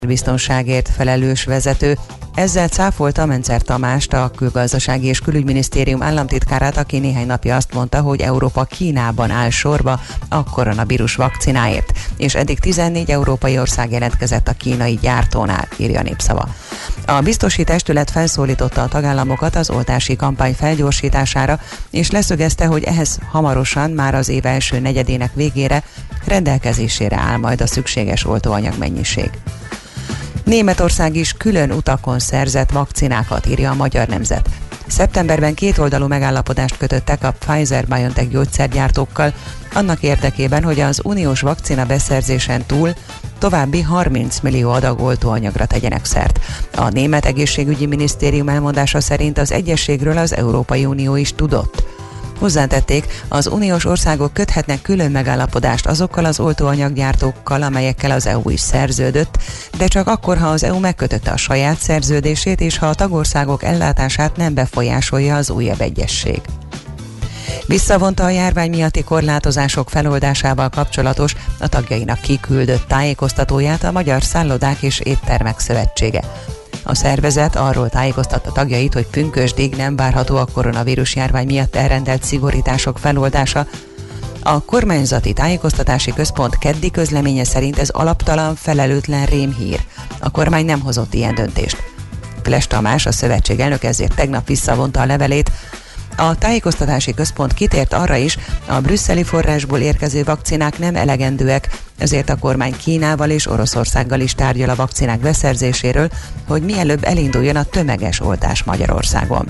biztonságért felelős vezető. Ezzel cáfolta Mencer Tamást, a Külgazdasági és Külügyminisztérium államtitkárát, aki néhány napja azt mondta, hogy Európa Kínában áll sorba a koronavírus vakcináért, és eddig 14 európai ország jelentkezett a kínai gyártónál, írja a Népszava. A biztosi testület felszólította a tagállamokat az oltási kampány felgyorsítására, és leszögezte, hogy ehhez hamarosan, már az év első negyedének végére rendelkezésére áll majd a szükséges oltóanyag mennyiség. Németország is külön utakon szerzett vakcinákat, írja a Magyar Nemzet. Szeptemberben kétoldalú megállapodást kötöttek a Pfizer-BioNTech gyógyszergyártókkal, annak érdekében, hogy az uniós vakcina beszerzésen túl további 30 millió adag oltóanyagra tegyenek szert. A német egészségügyi minisztérium elmondása szerint az egyezségről az Európai Unió is tudott. Hozzátették, az uniós országok köthetnek külön megállapodást azokkal az oltóanyaggyártókkal, amelyekkel az EU is szerződött, de csak akkor, ha az EU megkötötte a saját szerződését, és ha a tagországok ellátását nem befolyásolja az újabb egyezség. Visszavonta a járvány miatti korlátozások feloldásával kapcsolatos, a tagjainak kiküldött tájékoztatóját a Magyar Szállodák és Éttermek Szövetsége. A szervezet arról tájékoztatta tagjait, hogy pünkösdig nem várható a koronavírus járvány miatt elrendelt szigorítások feloldása. A kormányzati tájékoztatási központ keddi közleménye szerint ez alaptalan, felelőtlen rémhír. A kormány nem hozott ilyen döntést. Fles Tamás, a szövetség elnök ezért tegnap visszavonta a levelét. A tájékoztatási központ kitért arra is, a brüsszeli forrásból érkező vakcinák nem elegendőek, ezért a kormány Kínával és Oroszországgal is tárgyal a vakcinák beszerzéséről, hogy mielőbb elinduljon a tömeges oltás Magyarországon.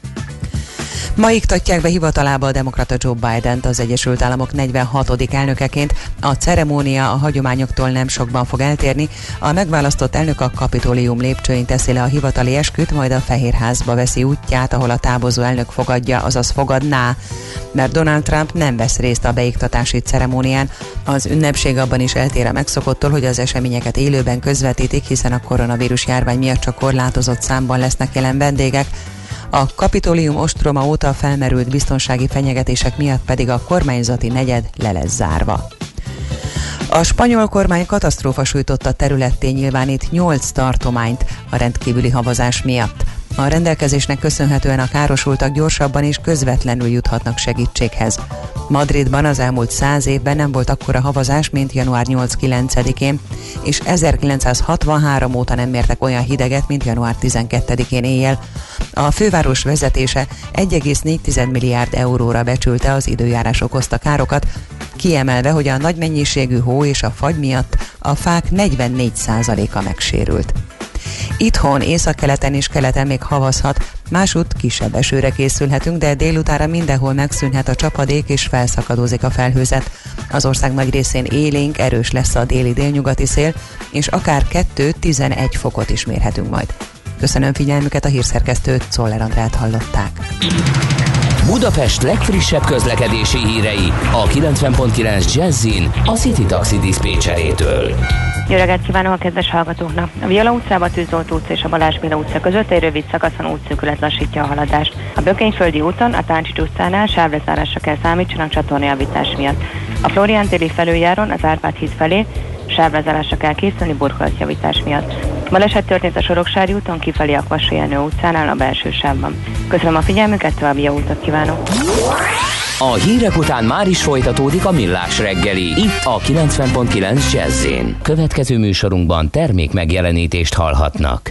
Ma iktatják be hivatalába a demokrata Joe Bident az Egyesült Államok 46. elnökeként. A ceremónia a hagyományoktól nem sokban fog eltérni. A megválasztott elnök a Kapitolium lépcsőin teszi le a hivatali esküt, majd a Fehérházba veszi útját, ahol a távozó elnök fogadja, azaz fogadná, mert Donald Trump nem vesz részt a beiktatási ceremónián. Az ünnepség abban is eltér a megszokottól, hogy az eseményeket élőben közvetítik, hiszen a koronavírus járvány miatt csak korlátozott számban lesznek jelen vendégek. A Kapitolium ostroma óta felmerült biztonsági fenyegetések miatt pedig a kormányzati negyed le lesz zárva. A spanyol kormány katasztrófa sújtotta területté nyilvánít 8 tartományt a rendkívüli havazás miatt. A rendelkezésnek köszönhetően a károsultak gyorsabban és közvetlenül juthatnak segítséghez. Madridban az elmúlt 100 évben nem volt akkora havazás, mint január 8-9-én, és 1963 óta nem mértek olyan hideget, mint január 12-én éjjel. A főváros vezetése 1,4 milliárd euróra becsülte az időjárás okozta károkat, kiemelve, hogy a nagy mennyiségű hó és a fagy miatt a fák 44%-a megsérült. Itthon, északkeleten és keleten még havazhat, másútt kisebb esőre készülhetünk, de délutára mindenhol megszűnhet a csapadék és felszakadozik a felhőzet. Az ország nagy részén élénk, erős lesz a déli-délnyugati szél, és akár 2-11 fokot is mérhetünk majd. Köszönöm figyelmüket, a hírszerkesztőt, Czoller Andrát hallották. Budapest legfrissebb közlekedési hírei a 90.9 Jazzin a City Taxi diszpécserétől. Jó reggelt kívánok a kedves hallgatóknak! A Viola utcába, Tűzolt utca és a Balázs Béla utca között egy rövid szakaszon útszűkület lassítja a haladást. A Bökényföldi úton, a Táncsics utcánál sávlezárásra kell számítsanak csatornajavítás miatt. A Flórián téri felüljáron az Árpád híd felé sávlezárásra kell készülni burkolatjavítás miatt. Baleset történt a Soroksári úton kifelé a Kvassai Jenő utcánál a belső sávban. Köszönöm a figyelmüket, további jó utat kívánok! A hírek után már is folytatódik a Millás reggeli, itt a 90.9 Jazz-én. Következő műsorunkban termék megjelenítést hallhatnak.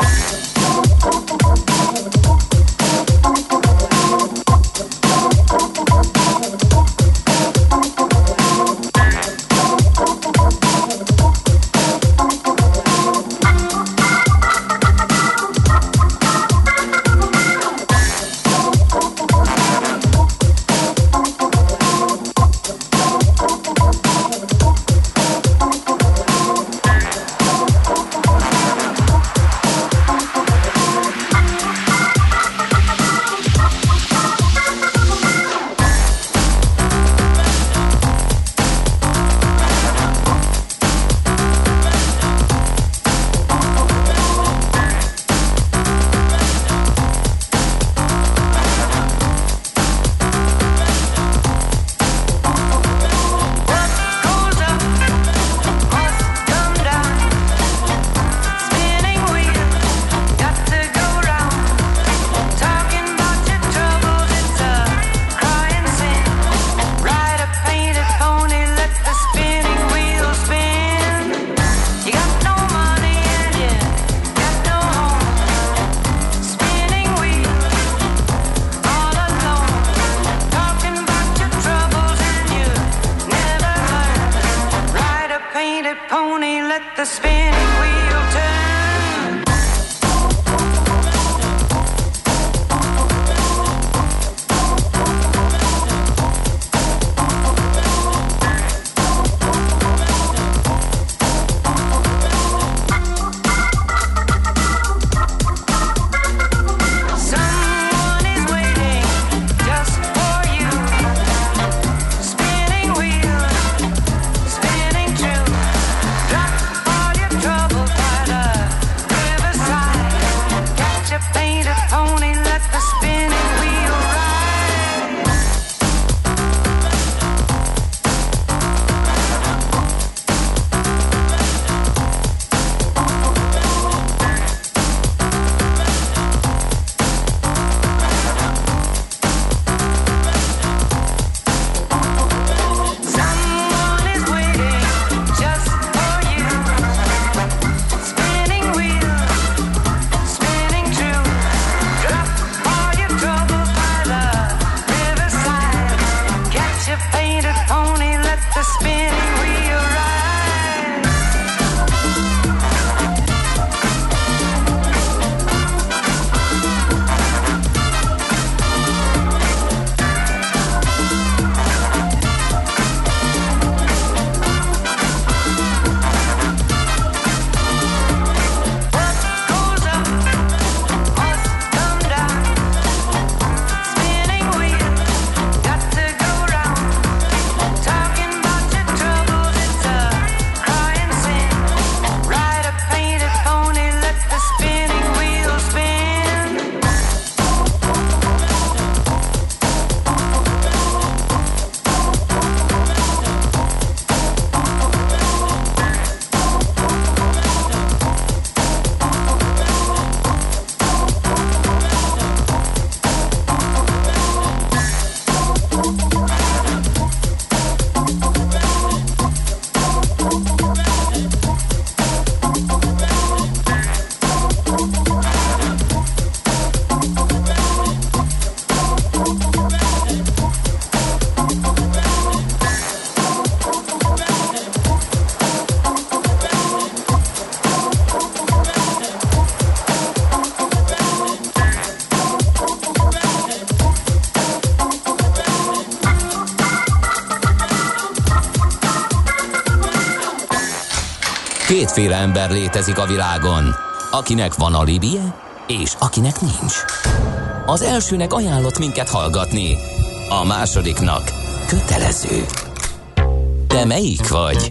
kétféle ember létezik a világon, akinek van alibije, és akinek nincs. Az elsőnek ajánlott minket hallgatni, a másodiknak kötelező. Te melyik vagy?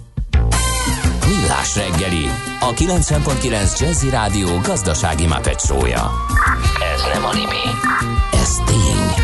Millás reggeli, a 90.9 Jazzy Rádió gazdasági Muppet show-ja. Ez nem anime, ez tény.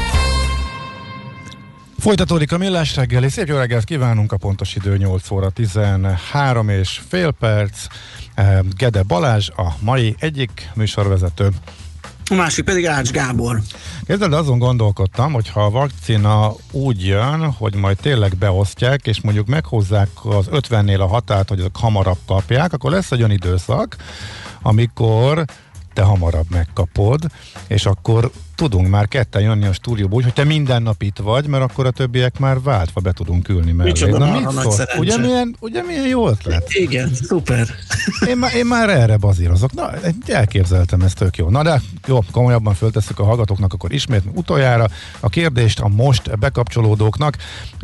Folytatódik a Millás reggeli. Szép jó reggelt kívánunk, a pontos idő 8 óra 13 és fél perc. Gede Balázs a mai egyik műsorvezető. A másik pedig Ács Gábor. Kezdve azon gondolkodtam, hogy ha a vakcina úgy jön, hogy majd tényleg beosztják, és mondjuk meghozzák az 50-nél a határt, hogy azok hamarabb kapják, akkor lesz egy olyan időszak, amikor te hamarabb megkapod, és akkor tudunk már ketten jönni a stúdióba úgy, hogy te minden nap itt vagy, mert akkor a többiek már váltva be tudunk ülni mellé. Micsoda marha nagy szerencse. Ugye milyen jó ötlet? Igen, szuper. Én már erre bazírozok. Na, elképzeltem, ez tök jó. Na de jó, komolyabban föltesszük a hallgatóknak akkor ismét utoljára a kérdést a most bekapcsolódóknak.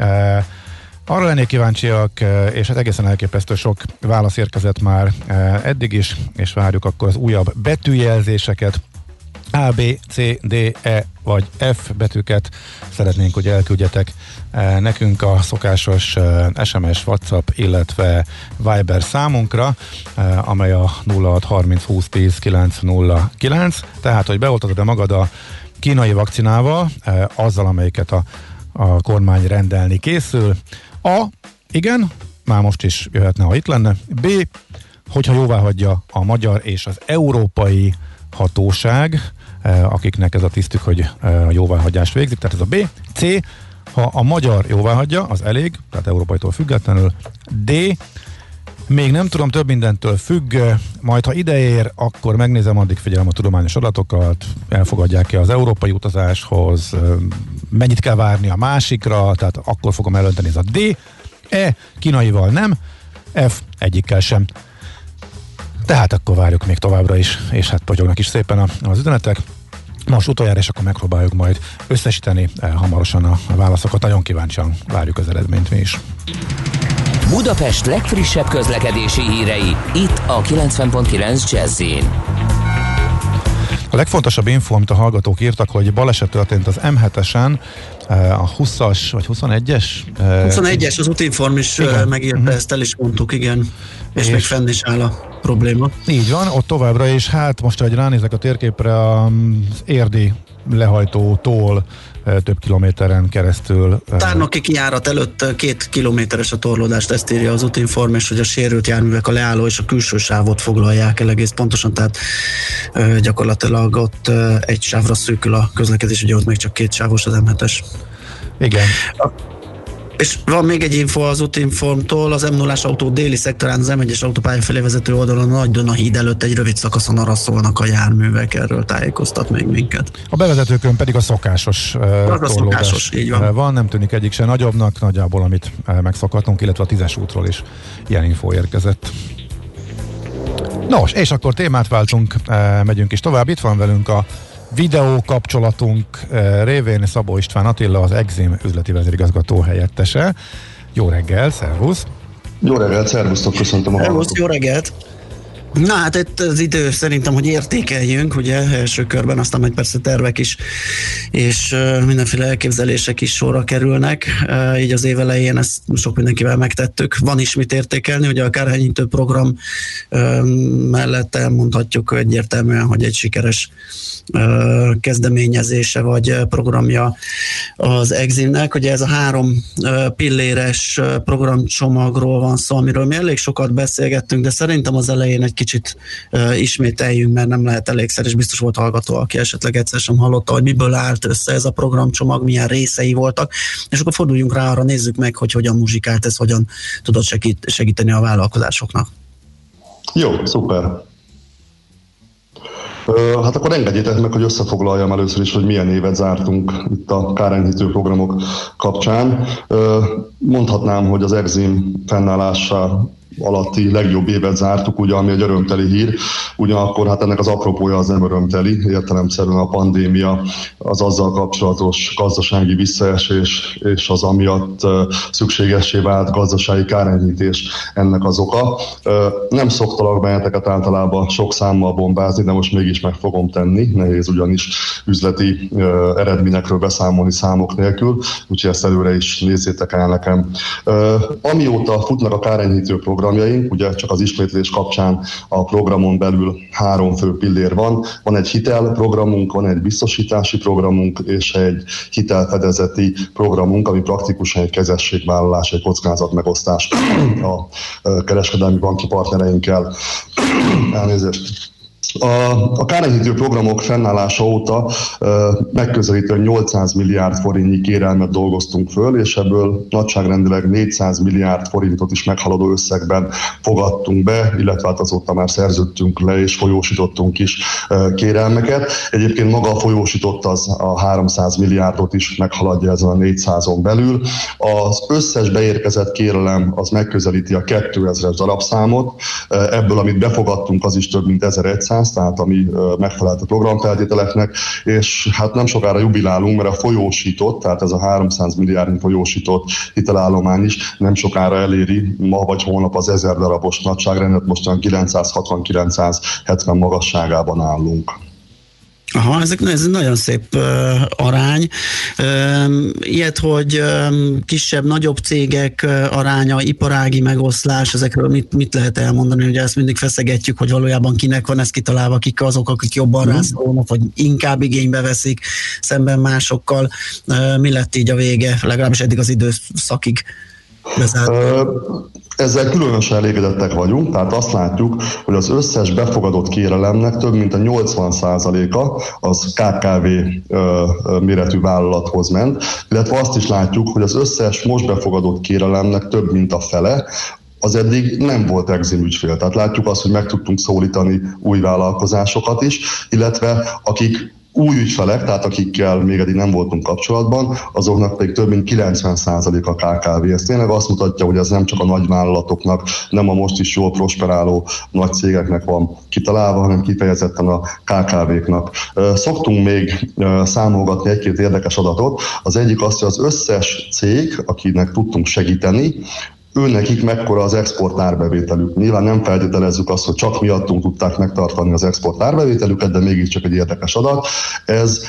Arra lennék kíváncsiak, és hát egészen elképesztő sok válasz érkezett már eddig is, és várjuk akkor az újabb betűjelzéseket. A, B, C, D, E vagy F betűket szeretnénk, hogy elküldjetek nekünk a szokásos SMS, WhatsApp, illetve Viber számunkra, amely a 0630 20 10 909. Tehát, hogy beoltatod-e magad a kínai vakcinával, azzal, amelyiket a kormány rendelni készül. A, igen, már most is jöhetne, ha itt lenne. B, hogyha jóvá hagyja a magyar és az európai hatóság, akiknek ez a tisztük, hogy a jóváhagyást végzik, tehát ez a B. C, ha a magyar jóváhagyja, az elég, tehát európaitól függetlenül. D, még nem tudom, több mindentől függ, majd ha ideér, akkor megnézem, addig figyelem a tudományos adatokat, elfogadják-e az európai utazáshoz, mennyit kell várni a másikra, tehát akkor fogom elönteni, ez a D. E, kínaival nem, F, egyikkel sem. Tehát akkor várjuk még továbbra is, és hát potyognak is szépen az üzenetek. Most utoljára, és akkor megpróbáljuk majd összesíteni hamarosan a válaszokat. Nagyon kíváncsian várjuk az eredményt mi is. Budapest legfrissebb közlekedési hírei, itt a 90.9 Jazz-in. A legfontosabb info, amit a hallgatók írtak, hogy baleset történt az M7-esen, a 20-as vagy 21-es? 21-es, az Utinform is megírta, ezt el is mondtuk, igen. És még fenn is áll a probléma. Így van, ott továbbra is, hát most, hogy ránézek a térképre, az érdi lehajtótól több kilométeren keresztül. Tárnoki kijárat előtt 2 kilométeres a torlódást, ezt írja az Utinform, és hogy a sérült járművek a leálló és a külső sávot foglalják el egész pontosan, tehát gyakorlatilag ott egy sávra szűkül a közlekedés, ugye ott még csak 2 sávos az M7-es. Igen. És van még egy info az Utinformtól, az M0-as autó déli szektorán, az M1-es autópálya felé vezető oldalon, a Nagy-Duna híd előtt egy rövid szakaszon arra szólnak a járművek, erről tájékoztat még minket. A bevezetőkön pedig a szokásos torlódás így van. Nem tűnik egyik se nagyobbnak, nagyjából amit megszokhatunk, illetve a 10-es útról is ilyen info érkezett. Nos, és akkor témát váltunk, megyünk is tovább. Itt van velünk a videó kapcsolatunk révén Szabó István Attila, az Exim üzleti vezérigazgató helyettese. Jó reggel, szervusz! Jó reggelt, szervusztok, köszöntöm a hallgatókat. Jó reggelt! Na hát itt az idő szerintem, hogy értékeljünk, ugye első körben, aztán majd persze tervek is, és mindenféle elképzelések is sorra kerülnek, így az év elején ezt sok mindenkivel megtettük. Van is mit értékelni, ugye a kárhányítő program mellett elmondhatjuk egyértelműen, hogy egy sikeres kezdeményezése vagy programja az Eximnek. Ugye ez a 3 pilléres programcsomagról van szó, amiről mi elég sokat beszélgettünk, de szerintem az elején egy kicsit ismételjünk, mert nem lehet elégszer, és biztos volt hallgató, aki esetleg egyszer sem hallotta, hogy miből állt össze ez a programcsomag, milyen részei voltak, és akkor forduljunk rá arra, nézzük meg, hogy hogyan muzsikált ez, hogyan tudott segíteni a vállalkozásoknak. Jó, szuper. Hát akkor engedjétek meg, hogy összefoglaljam először is, hogy milyen évet zártunk itt a kárenyhítő programok kapcsán. mondhatnám, hogy az EXIM fennállása alatti legjobb évet zártuk, ugye, ami egy örömteli hír. Ugyanakkor hát ennek az apropója az nem örömteli, értelemszerűen a pandémia, az azzal kapcsolatos gazdasági visszaesés és az amiatt szükségessé vált gazdasági kárenyhítés ennek az oka. Nem szoktalak benneteket általában sok számmal bombázni, de most mégis meg fogom tenni. Nehéz ugyanis üzleti eredményekről beszámolni számok nélkül, úgyhogy ezt előre is nézzétek el nekem. Amióta futnak a kárenyhítő programjaink, ugye csak az ismétlés kapcsán a programon belül 3 fő pillér van. Van egy hitelprogramunk, van egy biztosítási programunk, és egy hitelfedezeti programunk, ami praktikusan egy kezességvállalás, egy kockázatmegosztás a kereskedelmi banki partnereinkkel. Elnézést. A kárenyhítő programok fennállása óta megközelítően 800 milliárd forintnyi kérelmet dolgoztunk föl, és ebből nagyságrendileg 400 milliárd forintot is meghaladó összegben fogadtunk be, illetve hát azóta már szerződtünk le és folyósítottunk is kérelmeket. Egyébként maga a folyósított az a 300 milliárdot is meghaladja ezen a 400-on belül. Az összes beérkezett kérelem az megközelíti a 2000-es darabszámot, ebből amit befogadtunk az is több mint 1100, tehát ami megfelelt a programfeltételeknek, és hát nem sokára jubilálunk, mert a folyósított, tehát ez a 300 milliárdnyi folyósított hitelállomány is nem sokára eléri, ma vagy holnap az 1000 darabos nagyságrendet, most olyan 960-970 magasságában állunk. Aha, ez nagyon szép arány. Ilyet, hogy kisebb, nagyobb cégek aránya, iparági megoszlás, ezekről mit lehet elmondani? Ugye ezt mindig feszegetjük, hogy valójában kinek van ez kitalálva, kik azok, akik jobban rászólnak, vagy inkább igénybe veszik szemben másokkal. Mi lett így a vége, legalábbis eddig az időszakig bezárt? Ezzel különösen elégedettek vagyunk, tehát azt látjuk, hogy az összes befogadott kérelemnek több mint a 80%-a az KKV méretű vállalathoz ment, illetve azt is látjuk, hogy az összes most befogadott kérelemnek több mint a fele az eddig nem volt EXIM ügyfél. Tehát látjuk azt, hogy meg tudtunk szólítani új vállalkozásokat is, illetve akik új ügyfelek, tehát akikkel még eddig nem voltunk kapcsolatban, azoknak pedig több mint 90% a KKV. Ez tényleg azt mutatja, hogy ez nem csak a nagy vállalatoknak, nem a most is jól prosperáló nagy cégeknek van kitalálva, hanem kifejezetten a KKV-knak. Szoktunk még számolgatni egy-két érdekes adatot. Az egyik az, hogy az összes cég, akinek tudtunk segíteni, őnekik mekkora az export árbevételük. Nyilván nem feltételezzük azt, hogy csak miattunk tudták megtartani az export árbevételüket, de mégiscsak egy érdekes adat. Ez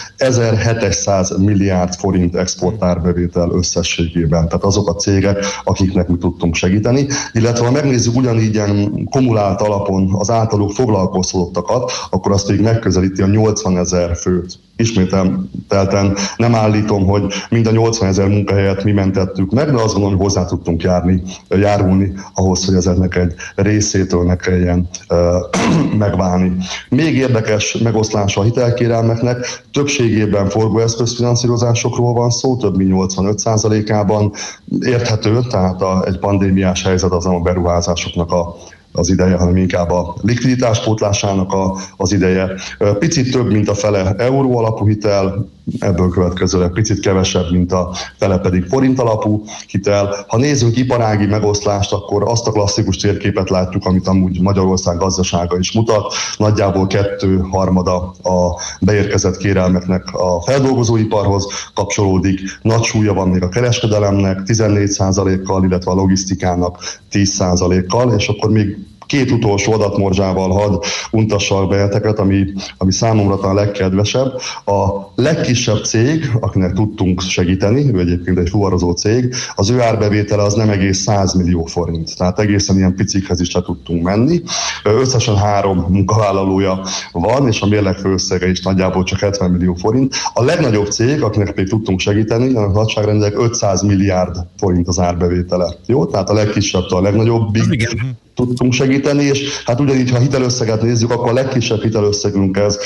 1700 milliárd forint export árbevétel összességében. Tehát azok a cégek, akiknek mi tudtunk segíteni. Illetve ha megnézzük ugyanígy ilyen kumulált alapon az általuk foglalkoztatottakat, akkor azt még megközelíti a 80 000 főt. Ismételten nem állítom, hogy mind a 80 000 munkahelyet mi mentettük meg, de azt gondolom, hogy hozzá tudtunk járulni ahhoz, hogy ezeknek egy részétől ne kelljen megválni. Még érdekes megoszlása a hitelkérelmeknek, többségében forgóeszközfinanszírozásokról van szó, több mint 85%-ában érthető, tehát egy pandémiás helyzet az nem a beruházásoknak az ideje, hanem inkább a likviditás pótlásának az ideje. Picit több, mint a fele euró alapú hitel, ebből következőleg picit kevesebb, mint a fele pedig forint alapú hitel. Ha nézzünk iparági megoszlást, akkor azt a klasszikus térképet látjuk, amit amúgy Magyarország gazdasága is mutat. Nagyjából 2/3 a beérkezett kérelmeknek a feldolgozóiparhoz kapcsolódik. Nagy súlya van még a kereskedelemnek 14%-kal, illetve a logisztikának 10%-kal, és akkor még két utolsó adatmorzsával hadd untassak benneteket, ami számomra talán legkedvesebb. A legkisebb cég, akinek tudtunk segíteni, ő egyébként egy fuvarozó cég, az ő árbevétele az nem egész 100 millió forint. Tehát egészen ilyen picikhez is le tudtunk menni. Összesen 3 munkavállalója van, és a mérleg főösszege is nagyjából csak 70 millió forint. A legnagyobb cég, akinek még tudtunk segíteni, a nagyságrendileg 500 milliárd forint az árbevétele. Jó? Tehát a legkisebbtől a legnagyobbig tudtunk segíteni, és hát ugyanígy, ha hitelösszeget nézzük, akkor a legkisebb hitelösszegünk ez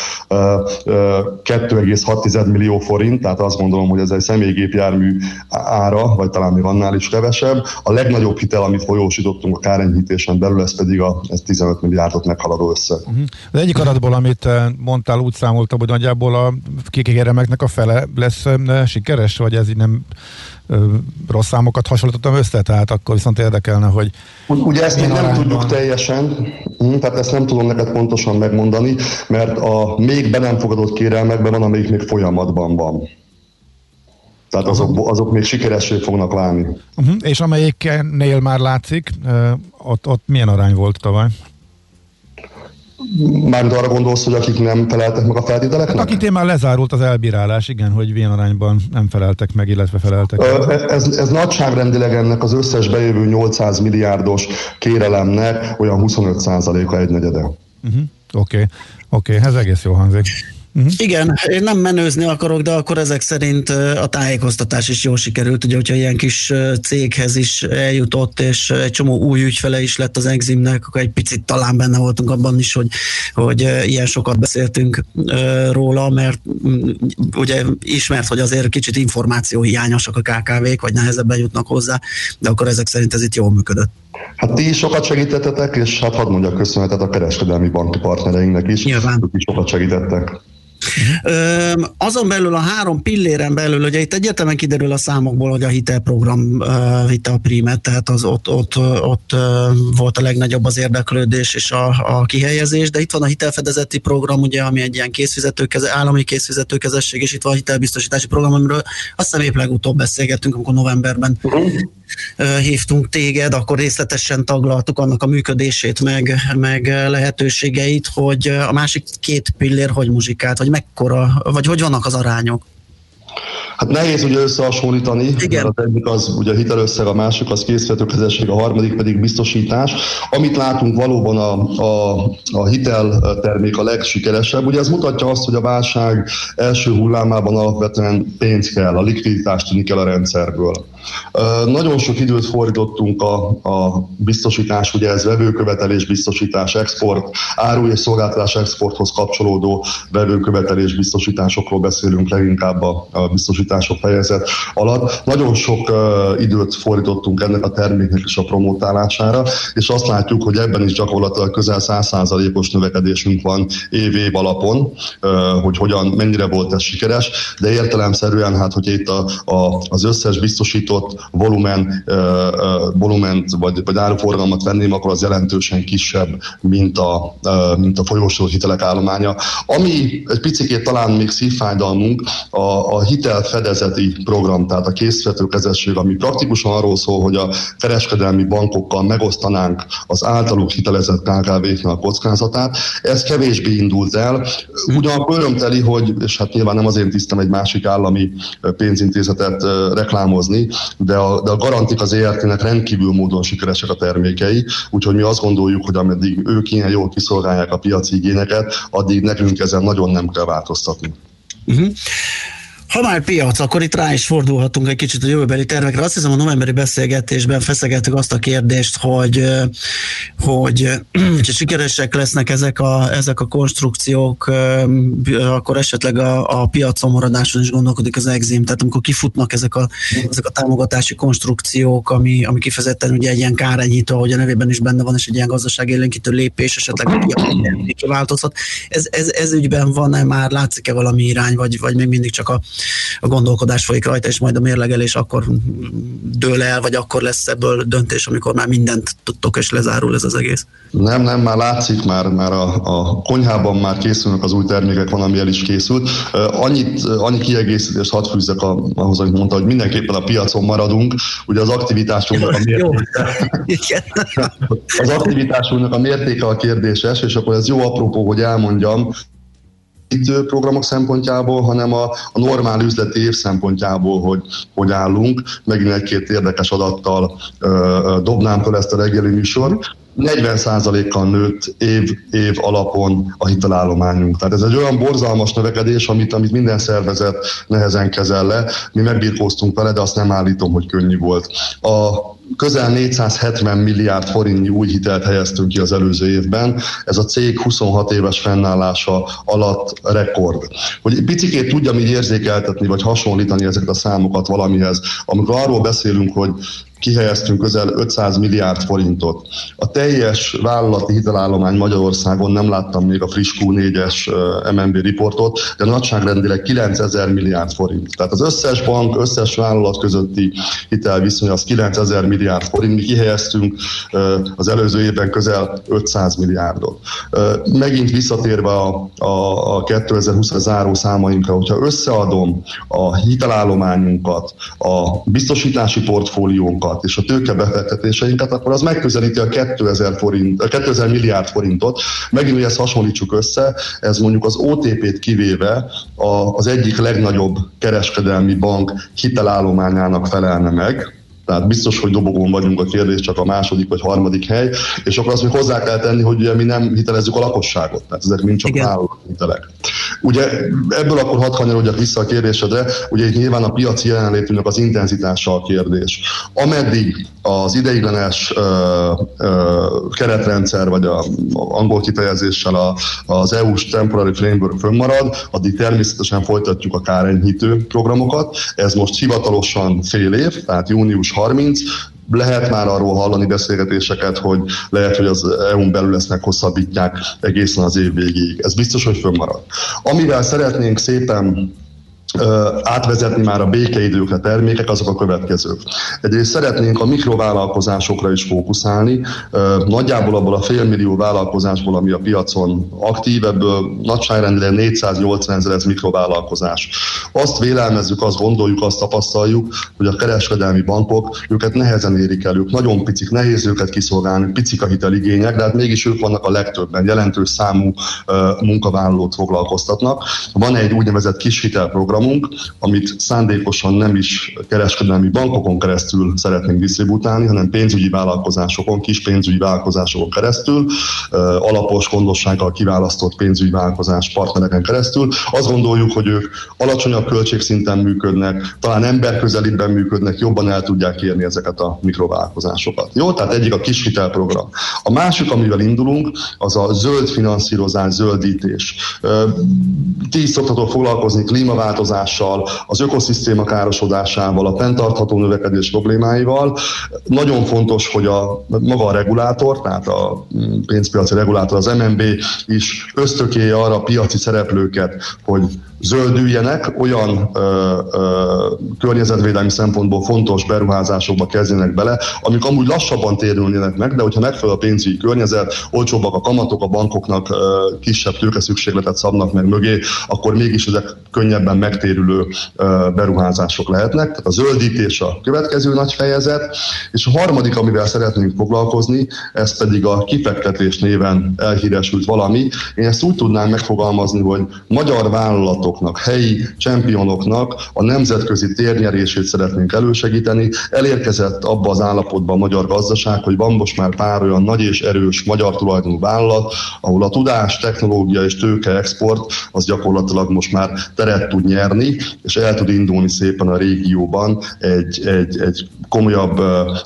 2,6 millió forint, tehát azt gondolom, hogy ez egy személygépjármű ára, vagy talán még annál is kevesebb. A legnagyobb hitel, amit folyósítottunk a kárenyhítésen belül, ez pedig ez 15 milliárdot meghaladó összeg. Az egyik adatból, amit mondtál, úgy számoltam, hogy nagyjából a kikéremeknek a fele lesz sikeres, vagy ez így nem rossz számokat hasonlítottam össze, tehát akkor viszont érdekelne, hogy ugye ezt még nem tudjuk teljesen, tehát ezt nem tudom neked pontosan megmondani, mert a még be nem fogadott kérelmekben van, amelyik még folyamatban van. Tehát azok még sikeressé fognak válni. És amelyiknél már látszik, ott milyen arány volt tavaly? Mármint arra gondolsz, hogy akik nem feleltek meg a feltételeknek? Hát akik már lezárult az elbírálás, igen, hogy milyen arányban nem feleltek meg, illetve feleltek meg. Ez nagyságrendileg ennek az összes bejövő 800 milliárdos kérelemnek olyan 25%-a, egynegyede. Oké, ez egész jó hangzik. Igen, én nem menőzni akarok, de akkor ezek szerint a tájékoztatás is jól sikerült, ugye, hogyha ilyen kis céghez is eljutott, és egy csomó új ügyfele is lett az Eximnek, akkor egy picit talán benne voltunk abban is, hogy ilyen sokat beszéltünk róla, mert ugye ismert, hogy azért kicsit információhiányosak a KKV-k, vagy nehezebben jutnak hozzá, de akkor ezek szerint ez itt jól működött. Hát ti is sokat segítettetek, és hát hadd mondjak köszönetet a kereskedelmi banki partnereinknek is. Nyilván. Ők is sokat segítettek. Azon belül a 3 pilléren belül, ugye itt egyértelműen kiderül a számokból, hogy a hitelprogram vitte a prímet, tehát az ott volt a legnagyobb az érdeklődés és a kihelyezés, de itt van a hitelfedezeti program, ugye, ami egy ilyen állami készfizetőkezesség, és itt van a hitelbiztosítási program, amiről azt hiszem épp legutóbb beszélgettünk, amikor novemberben hívtunk téged, akkor részletesen taglaltuk annak a működését, meg lehetőségeit, hogy a másik 2 pillér hogy muzsikált, vagy mekkora, vagy hogy vannak az arányok? Hát nehéz ugye összehasonlítani, mert az egyik az ugye hitelösszeg, a másik az készfizetőkezesség, a harmadik pedig biztosítás. Amit látunk valóban a hiteltermék a legsikeresebb, ugye ez mutatja azt, hogy a válság első hullámában alapvetően pénz kell, a likviditást tűnik el a rendszerből. Nagyon sok időt fordítottunk a biztosítás, ugye ez vevőkövetelés biztosítás, export, áru és szolgáltatás exporthoz kapcsolódó vevőkövetelés biztosításokról beszélünk leginkább a biztosítások fejezet alatt. Nagyon sok időt fordítottunk ennek a terméknek is a promotálására, és azt látjuk, hogy ebben is gyakorlatilag közel 100%-os növekedésünk van év alapon, hogy mennyire volt ez sikeres, de értelemszerűen, hát hogy itt az összes biztosított volument vagy áruforgalmat venném, akkor az jelentősen kisebb, mint a folyósított hitelek állománya. Ami egy picikét talán még szívfájdalmunk, a hitelfedezeti program, tehát a készfizetőkezesség, ami praktikusan arról szól, hogy a kereskedelmi bankokkal megosztanánk az általuk hitelezett KKV-knak a kockázatát. Ez kevésbé indult el. Ugyanakkor örömteli, hogy, és hát nyilván nem azért tisztem egy másik állami pénzintézetet reklámozni, de a Garantik az ERT-nek rendkívül módon sikeresek a termékei, úgyhogy mi azt gondoljuk, hogy ameddig ők ilyen jól kiszolgálják a piaci igényeket, addig nekünk ezen nagyon nem kell változtatni. Ha már piac, akkor itt rá is fordulhatunk egy kicsit a jövőbeli tervekre. Azt hiszem, a novemberi beszélgetésben feszegettük azt a kérdést, hogy sikeresek lesznek ezek a konstrukciók, akkor esetleg a piacon maradáson is gondolkodik az Exim. Tehát amikor kifutnak ezek a támogatási konstrukciók, ami kifejezetten ugye egy ilyen kárenyhító, ahogy a nevében is benne van, és egy ilyen gazdaságélénkítő lépés, esetleg a piac változhat. Ez ügyben van-e már, látszik-e valami irány, vagy még mindig csak a gondolkodás folyik rajta, és majd a mérlegelés akkor dől el, vagy akkor lesz ebből döntés, amikor már mindent tudtok, és lezárul ez az egész? Nem, már látszik, már a konyhában már készülnek az új termékek, van, ami el is készült. Annyi kiegészítést hadd fűzzek ahhoz, amit mondta, hogy mindenképpen a piacon maradunk. Ugye az aktivitásunknak a mértéke a kérdéses, és akkor ez jó apropó, hogy elmondjam, programok szempontjából, hanem a normál üzleti év szempontjából, hogy állunk. Megint egy-két érdekes adattal dobnám fel ezt a reggeli műsor. 40%-kal nőtt év alapon a hitelállományunk. Tehát ez egy olyan borzalmas növekedés, amit minden szervezet nehezen kezel le. Mi megbirkóztunk vele, de azt nem állítom, hogy könnyű volt. A közel 470 milliárd forintnyi új hitelt helyeztünk ki az előző évben. Ez a cég 26 éves fennállása alatt rekord. Hogy picikét tudjam így érzékeltetni, vagy hasonlítani ezeket a számokat valamihez. Amikor arról beszélünk, kihelyeztünk közel 500 milliárd forintot. A teljes vállalati hitelállomány Magyarországon, nem láttam még a friss Q4-es MNB riportot, de nagyságrendileg 9000 milliárd forint. Tehát az összes bank, összes vállalat közötti hitelviszony az 9000 milliárd forint. Mi kihelyeztünk az előző évben közel 500 milliárdot. Megint visszatérve a 2020-ra záró számainkra, hogyha összeadom a hitelállományunkat, a biztosítási portfóliónkat és a tőkebefektetéseinket, akkor az megközelíti a 2000 milliárd forintot. Megint, hogy ezt hasonlítsuk össze, ez mondjuk az OTP-t kivéve az egyik legnagyobb kereskedelmi bank hitelállományának felelne meg. Tehát biztos, hogy dobogón vagyunk, a kérdés csak a második vagy harmadik hely, és akkor azt még hozzá kell tenni, hogy ugye mi nem hitelezzük a lakosságot, tehát ezek mind csak vállalathitelek. Ugye ebből akkor hadd kanyarodjak vissza a kérdésedre, ugye itt nyilván a piaci jelenlétünknek az intenzitása a kérdés. Ameddig az ideiglenes keretrendszer, vagy az angol kifejezéssel az EU-s Temporary Framework fönnmarad, addig természetesen folytatjuk a kárenyhítő programokat. Ez most hivatalosan fél év, tehát június 30, lehet már arról hallani beszélgetéseket, hogy lehet, hogy az EU-n belül ezt meghosszabbítják egészen az év végéig. Ez biztos, hogy fönnmarad. Amivel szeretnénk szépen átvezetni már a békeidőkre termékek, azok a következők. Egyrészt szeretnénk a mikrovállalkozásokra is fókuszálni. Nagyjából abból a 500 000 vállalkozásból, ami a piacon aktív, ebből nagyságrendileg 480 000 ez mikrovállalkozás. Azt vélelmezzük, azt gondoljuk, azt tapasztaljuk, hogy a kereskedelmi bankok őket nehezen érik el, ők nagyon picik, nehéz őket kiszolgálni, picik a hiteligények, de hát mégis ők vannak a legtöbben, jelentős számú munkavállalót foglalkoztatnak. Van egy úgynevezett kis hitelprogram, amit szándékosan nem is kereskedelmi bankokon keresztül szeretnénk disztribútálni, hanem pénzügyi vállalkozásokon, kis pénzügyi vállalkozásokon keresztül, alapos gondossággal kiválasztott pénzügyi vállalkozás partnereken keresztül. Azt gondoljuk, hogy ők alacsonyabb költségszinten működnek, talán emberközelibben működnek, jobban el tudják érni ezeket a mikrovállalkozásokat. Jó, tehát egyik a kis hitelprogram. A másik, amivel indulunk, az a zöld finanszírozás, zöldítés. Ti is szoktatok foglalkozni klímaváltozással, az ökoszisztéma károsodásával, a fenntartható növekedés problémáival. Nagyon fontos, hogy maga a regulátor, tehát a pénzpiaci regulátor, az MNB is ösztökélje arra a piaci szereplőket, hogy zöldüljenek, olyan környezetvédelmi szempontból fontos beruházásokba kezdjenek bele, amik amúgy lassabban térülnének meg, de hogyha megfelel a pénzügyi környezet, olcsóbbak a kamatok, a bankoknak kisebb tőkeszükségletet szabnak meg mögé, akkor mégis ezek könnyebben megtérülő beruházások lehetnek. Tehát a zöldítés a következő nagy fejezet, és a harmadik, amivel szeretnénk foglalkozni, ez pedig a kifektetés néven elhíresült valami. Én ezt úgy tudnám megfogalmazni, hogy magyar vállalatok, helyi championoknak a nemzetközi térnyerését szeretnénk elősegíteni. Elérkezett abba az állapotban a magyar gazdaság, hogy van most már pár olyan nagy és erős magyar tulajdonú vállalat, ahol a tudás, technológia és tőke export az gyakorlatilag most már teret tud nyerni, és el tud indulni szépen a régióban egy komolyabb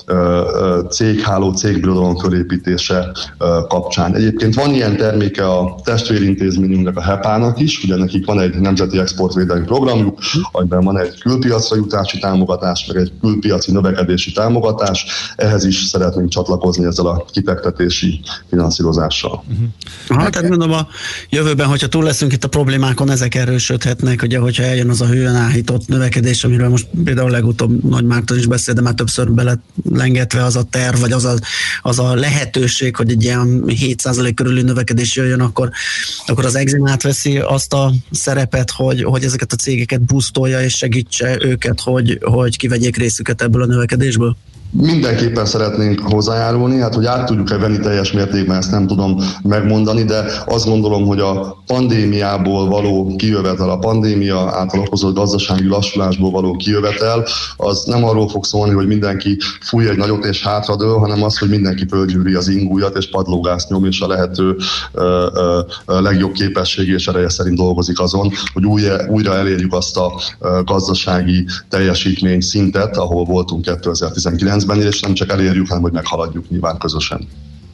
cégháló, cégbirodalom fölépítése kapcsán. Egyébként van ilyen terméke a testvérintézményünknek, a HEPA-nak is, ugye nekik van egy nemzeti exportvédelmi programjuk, amiben van egy külpiacra jutási támogatás, meg egy külpiaci növekedési támogatás. Ehhez is szeretnénk csatlakozni ezzel a kifektetési finanszírozással. Tehát mondom, a jövőben, hogyha túl leszünk itt a problémákon, ezek erősödhetnek, ugye, hogyha eljön az a hően áhított növekedés, amiről most például legutóbb Nagy Márton is beszél, de már többször belelengetve az a terv, vagy az a lehetőség, hogy egy ilyen 7% körüli növekedés jöjjön, akkor az Exim átveszi azt a szerepet, hogy ezeket a cégeket boostolja és segítse őket, hogy kivegyék részüket ebből a növekedésből? Mindenképpen szeretnénk hozzájárulni, hát hogy át tudjuk-e venni teljes mértékben, ezt nem tudom megmondani, de azt gondolom, hogy a pandémiából való kijövetel, a pandémia által okozott gazdasági lassulásból való kijövetel, az nem arról fog szólni, hogy mindenki fúj egy nagyot és hátradől, hanem az, hogy mindenki fölgyűri az ingújat és padlógást nyom, és a lehető legjobb képesség és ereje szerint dolgozik azon, hogy újra elérjük azt a gazdasági teljesítmény szintet, ahol voltunk 2019-ben, és nem csak elérjük, hanem hogy meghaladjuk nyilván közösen.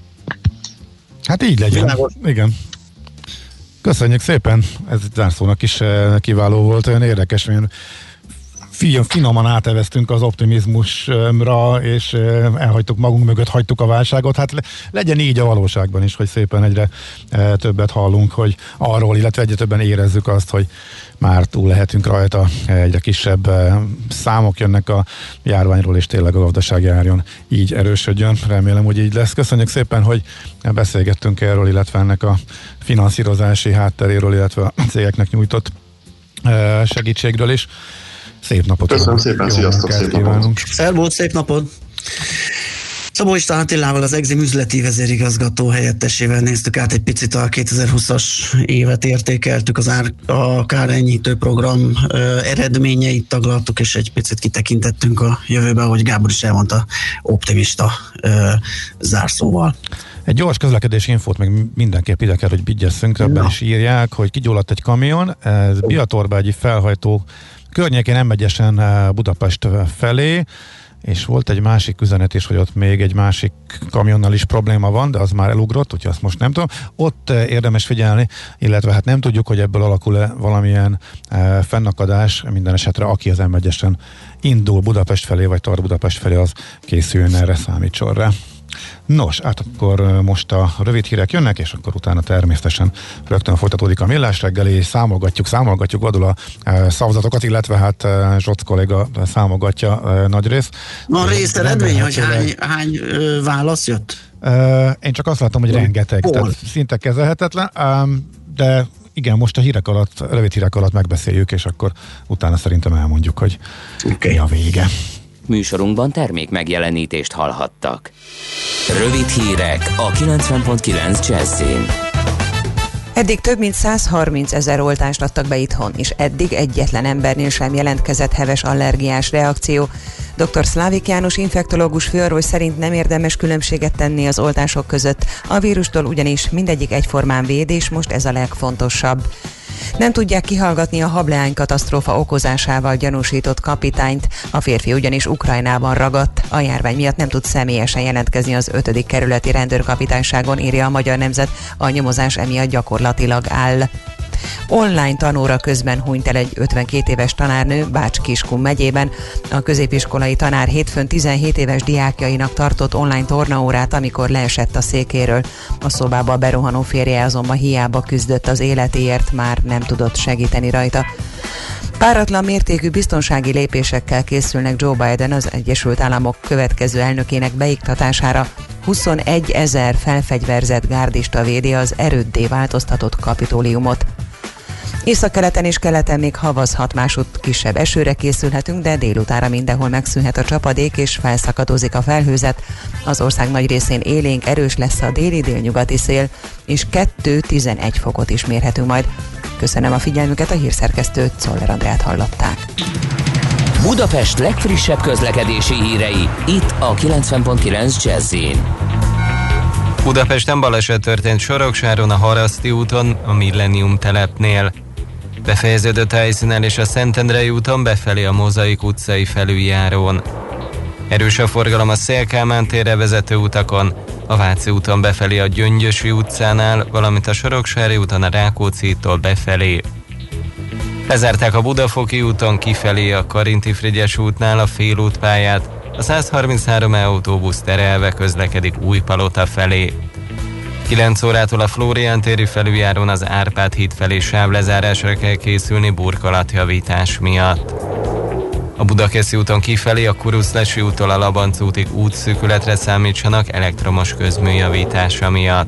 Hát így legyen. Igen. Köszönjük szépen, ez zárszónak is kiváló volt, olyan érdekes, olyan finoman áteveztünk az optimizmusra, és elhagytuk magunk mögött, hagytuk a válságot. Hát legyen így a valóságban is, hogy szépen egyre többet hallunk, hogy arról, illetve egyre többen érezzük azt, hogy már túl lehetünk rajta, egyre kisebb számok jönnek a járványról, és tényleg a gazdaság járjon, így erősödjön. Remélem, hogy így lesz. Köszönjük szépen, hogy beszélgettünk erről, illetve ennek a finanszírozási hátteréről, illetve a cégeknek nyújtott segítségről is. Szép napot! Köszönöm szépen, sziasztok, szép napot! Szervusz, szép napot! Szabó István Attilával, az Exim üzleti vezérigazgató helyettesével néztük át egy picit a 2020-as évet, értékeltük a kárenyhítő program eredményeit, taglaltuk, és egy picit kitekintettünk a jövőbe, ahogy Gábor is elmondta, optimista zárszóval. Egy gyors közlekedési infót még mindenképp ide kell, hogy vigyesszünk, ebben is írják, hogy kigyulladt egy kamion, ez Biatorbágyi felhajtó környékén M1-esen Budapest felé, és volt egy másik üzenet is, hogy ott még egy másik kamionnal is probléma van, de az már elugrott, úgyhogy azt most nem tudom. Ott érdemes figyelni, illetve hát nem tudjuk, hogy ebből alakul-e valamilyen fennakadás, minden esetre aki az M1-esen indul Budapest felé, vagy tart Budapest felé, az készüljön erre, számítson rá. Nos, hát akkor most a rövid hírek jönnek, és akkor utána természetesen rögtön folytatódik a Millás reggeli, számolgatjuk vadul a szavazatokat, illetve hát Zsoc kolléga számogatja nagy rész. Van részeredmény, hogy hány válasz jött? Én csak azt látom, hogy rengeteg, tehát szinte kezelhetetlen, de igen, most a hírek alatt, rövid hírek alatt megbeszéljük, és akkor utána szerintem elmondjuk, hogy mi a vége. Műsorunkban termék megjelenítést hallhattak. Rövid hírek a 90.9 Jazzin. Eddig több mint 130 000 oltást adtak be itthon, és eddig egyetlen embernél sem jelentkezett heves allergiás reakció. Dr. Szlávik János infektológus főorvos szerint nem érdemes különbséget tenni az oltások között. A vírustól ugyanis mindegyik egyformán véd, és most ez a legfontosabb. Nem tudják kihallgatni a hableány katasztrófa okozásával gyanúsított kapitányt. A férfi ugyanis Ukrajnában ragadt. A járvány miatt nem tud személyesen jelentkezni az 5. kerületi rendőrkapitányságon, írja a Magyar Nemzet. A nyomozás emiatt gyakorlatilag áll. Online tanóra közben hunyt el egy 52 éves tanárnő Bács-Kiskun megyében. A középiskolai tanár hétfőn 17 éves diákjainak tartott online tornaórát, amikor leesett a székéről. A szobába berohanó férje azonban hiába küzdött az életéért, már nem tudott segíteni rajta. Páratlan mértékű biztonsági lépésekkel készülnek Joe Biden az Egyesült Államok következő elnökének beiktatására. 21 000 felfegyverzett gárdista védi az erőddé változtatott Kapitóliumot. Északkeleten és keleten még havazhat, másutt kisebb esőre készülhetünk, de délutánra mindenhol megszűnhet a csapadék és felszakadozik a felhőzet. Az ország nagy részén élénk, erős lesz a déli-délnyugati szél, és 2-11 fokot is mérhetünk majd. Köszönöm a figyelmüket, a hírszerkesztőt, Czoller Andrát hallották. Budapest legfrissebb közlekedési hírei, itt a 90.9 Jazz-in. Budapesten baleset történt Soroksáron, a Haraszti úton, a Millennium telepnél. Befejeződött a helyszínelés a Szentendrei úton befelé a Mozaik utcai felüljárón. Erős a forgalom a Széll-Kálmán térre vezető utakon, a Váci úton befelé a Gyöngyösi utcánál, valamint a Soroksári úton a Rákóczi-tól befelé. Lezárták a Budafoki úton kifelé a Karinti-Frigyes útnál a félútpályát, a 133 autóbusz terelve közlekedik Újpalota felé. 9 órától a Flórián téri felüljárón az Árpád híd felé sávlezárásra kell készülni burkolatjavítás miatt. A Budakeszi úton kifelé a Kuruszlesi úttól a Labanc útig útszűkületre számítsanak elektromos közműjavítása miatt.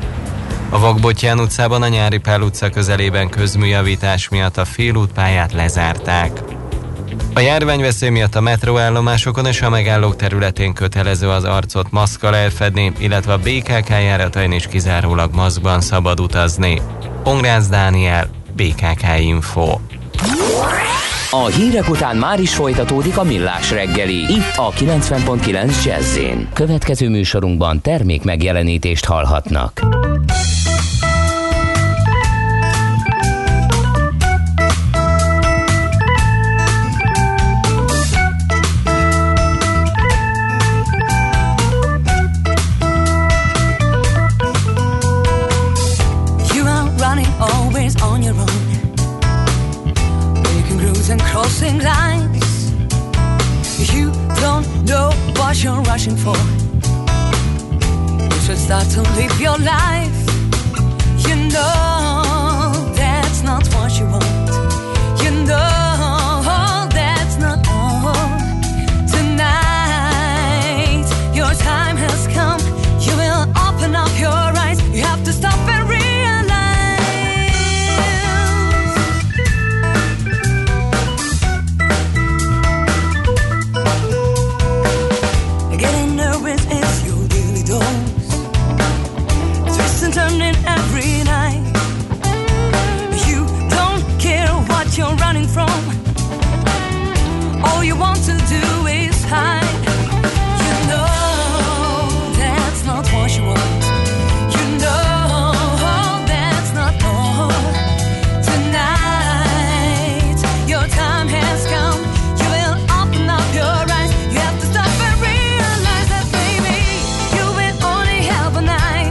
A Vakbottyán utcában a Nyári Pál utca közelében közműjavítás miatt a félútpályát lezárták. A járványveszély miatt a metróállomásokon és a megállók területén kötelező az arcot maszkkal elfedni, illetve a BKK járatain is kizárólag maszkban szabad utazni. Pongrácz Dániel, BKK Info. A hírek után már is folytatódik a Millás reggeli, itt a 90.9 Jazz-in. Következő műsorunkban termék megjelenítést hallhatnak. On your own, breaking grooves and crossing lines. You don't know what you're rushing for. You should start to live your life. You know that's not what you want. You know that's not all. Tonight your time has come. You will open up your eyes. You have to stop and realize. Getting nervous is your daily dose. Twist and turning every night. You don't care what you're running from. All you want to do is hide. You know that's not what you want. You know that's not all. Tonight your time has come. You will open up your eyes. You have to stop and realize that baby, you will only have a night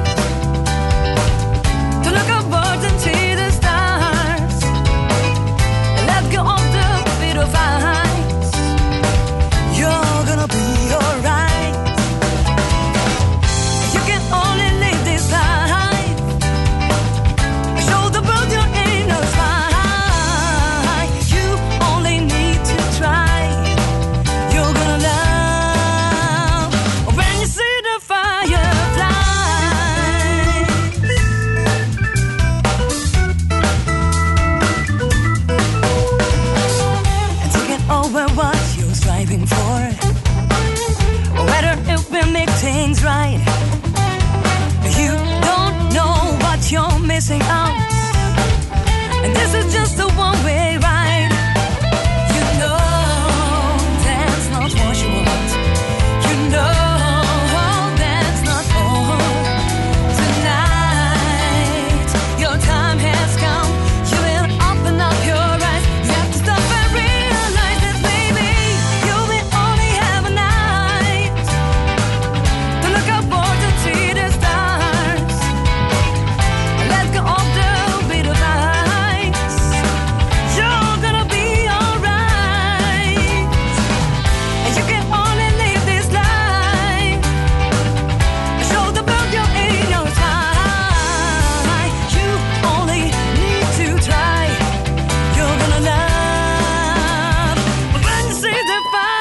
to look upwards and see the stars. Let go of the bit of ice. You're gonna be alright. You can only live this life. Show the world your inner spine. You only need to try. You're gonna love when you see the fireflies. And taking over what you're striving for, whether it will make things right. You don't know what you're missing out, and this is just a one-way ride. You know that's not what you want. You know that's not all. Tonight your time has come. You will open up your eyes. You have to stop and realize that baby, you will only have a night to look upwards and see the stars. Let go of the bit of ice. You're gonna be alright. And you can only live this life. Show the world your inner spine. You only need to try. You're gonna love when you see the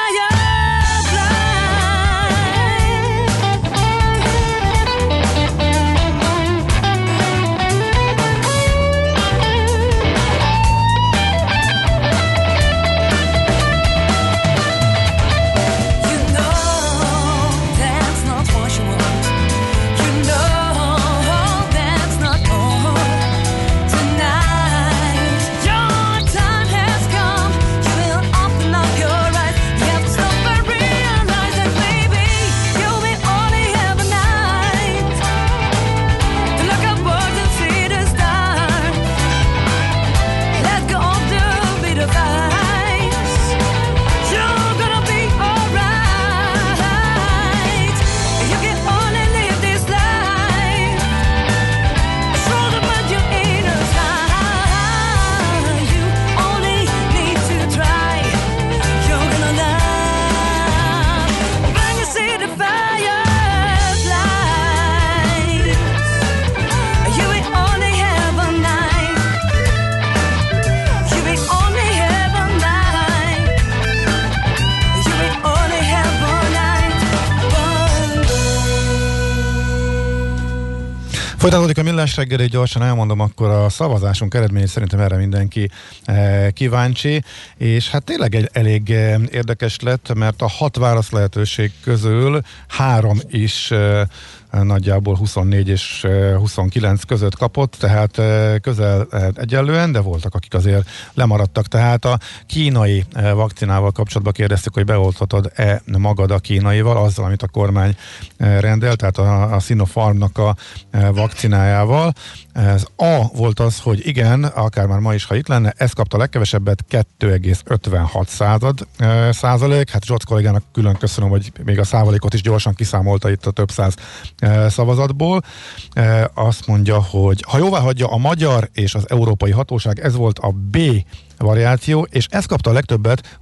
You know that's not what you want. You know that's not all. Tonight your time has come. You will open up your eyes. You have to stop and realize that baby, you will only have a night to look upwards and see the stars. Let go of the bit of ice. You're gonna be alright. You can only live this life. Show the world your inner side. You only need to try. You're gonna love when you see the fireflies. You will only have a night. You will only have a night. You will only have a night. Folytatódik a Millás reggeli, gyorsan elmondom akkor a szavazásunk eredményét, szerintem erre mindenki kíváncsi, és hát tényleg elég érdekes lett, mert a 6 válasz lehetőség közül 3 is nagyjából 24 és 29 között kapott, tehát közel egyenlően, de voltak, akik azért lemaradtak. Tehát a kínai vakcinával kapcsolatban kérdeztük, hogy beoltatod-e magad a kínaival, azzal, amit a kormány rendel, tehát a Sinopharmnak a vakcinájával. Ez A volt az, hogy igen, akár már ma is, ha itt lenne, ez kapta a legkevesebbet, 2,56%. Hát Zsoc kollégának külön köszönöm, hogy még a százalékot is gyorsan kiszámolta itt a több száz szavazatból. Azt mondja, hogy ha jóvá hagyja a magyar és az európai hatóság, ez volt a B variáció, és ez kapta a legtöbbet,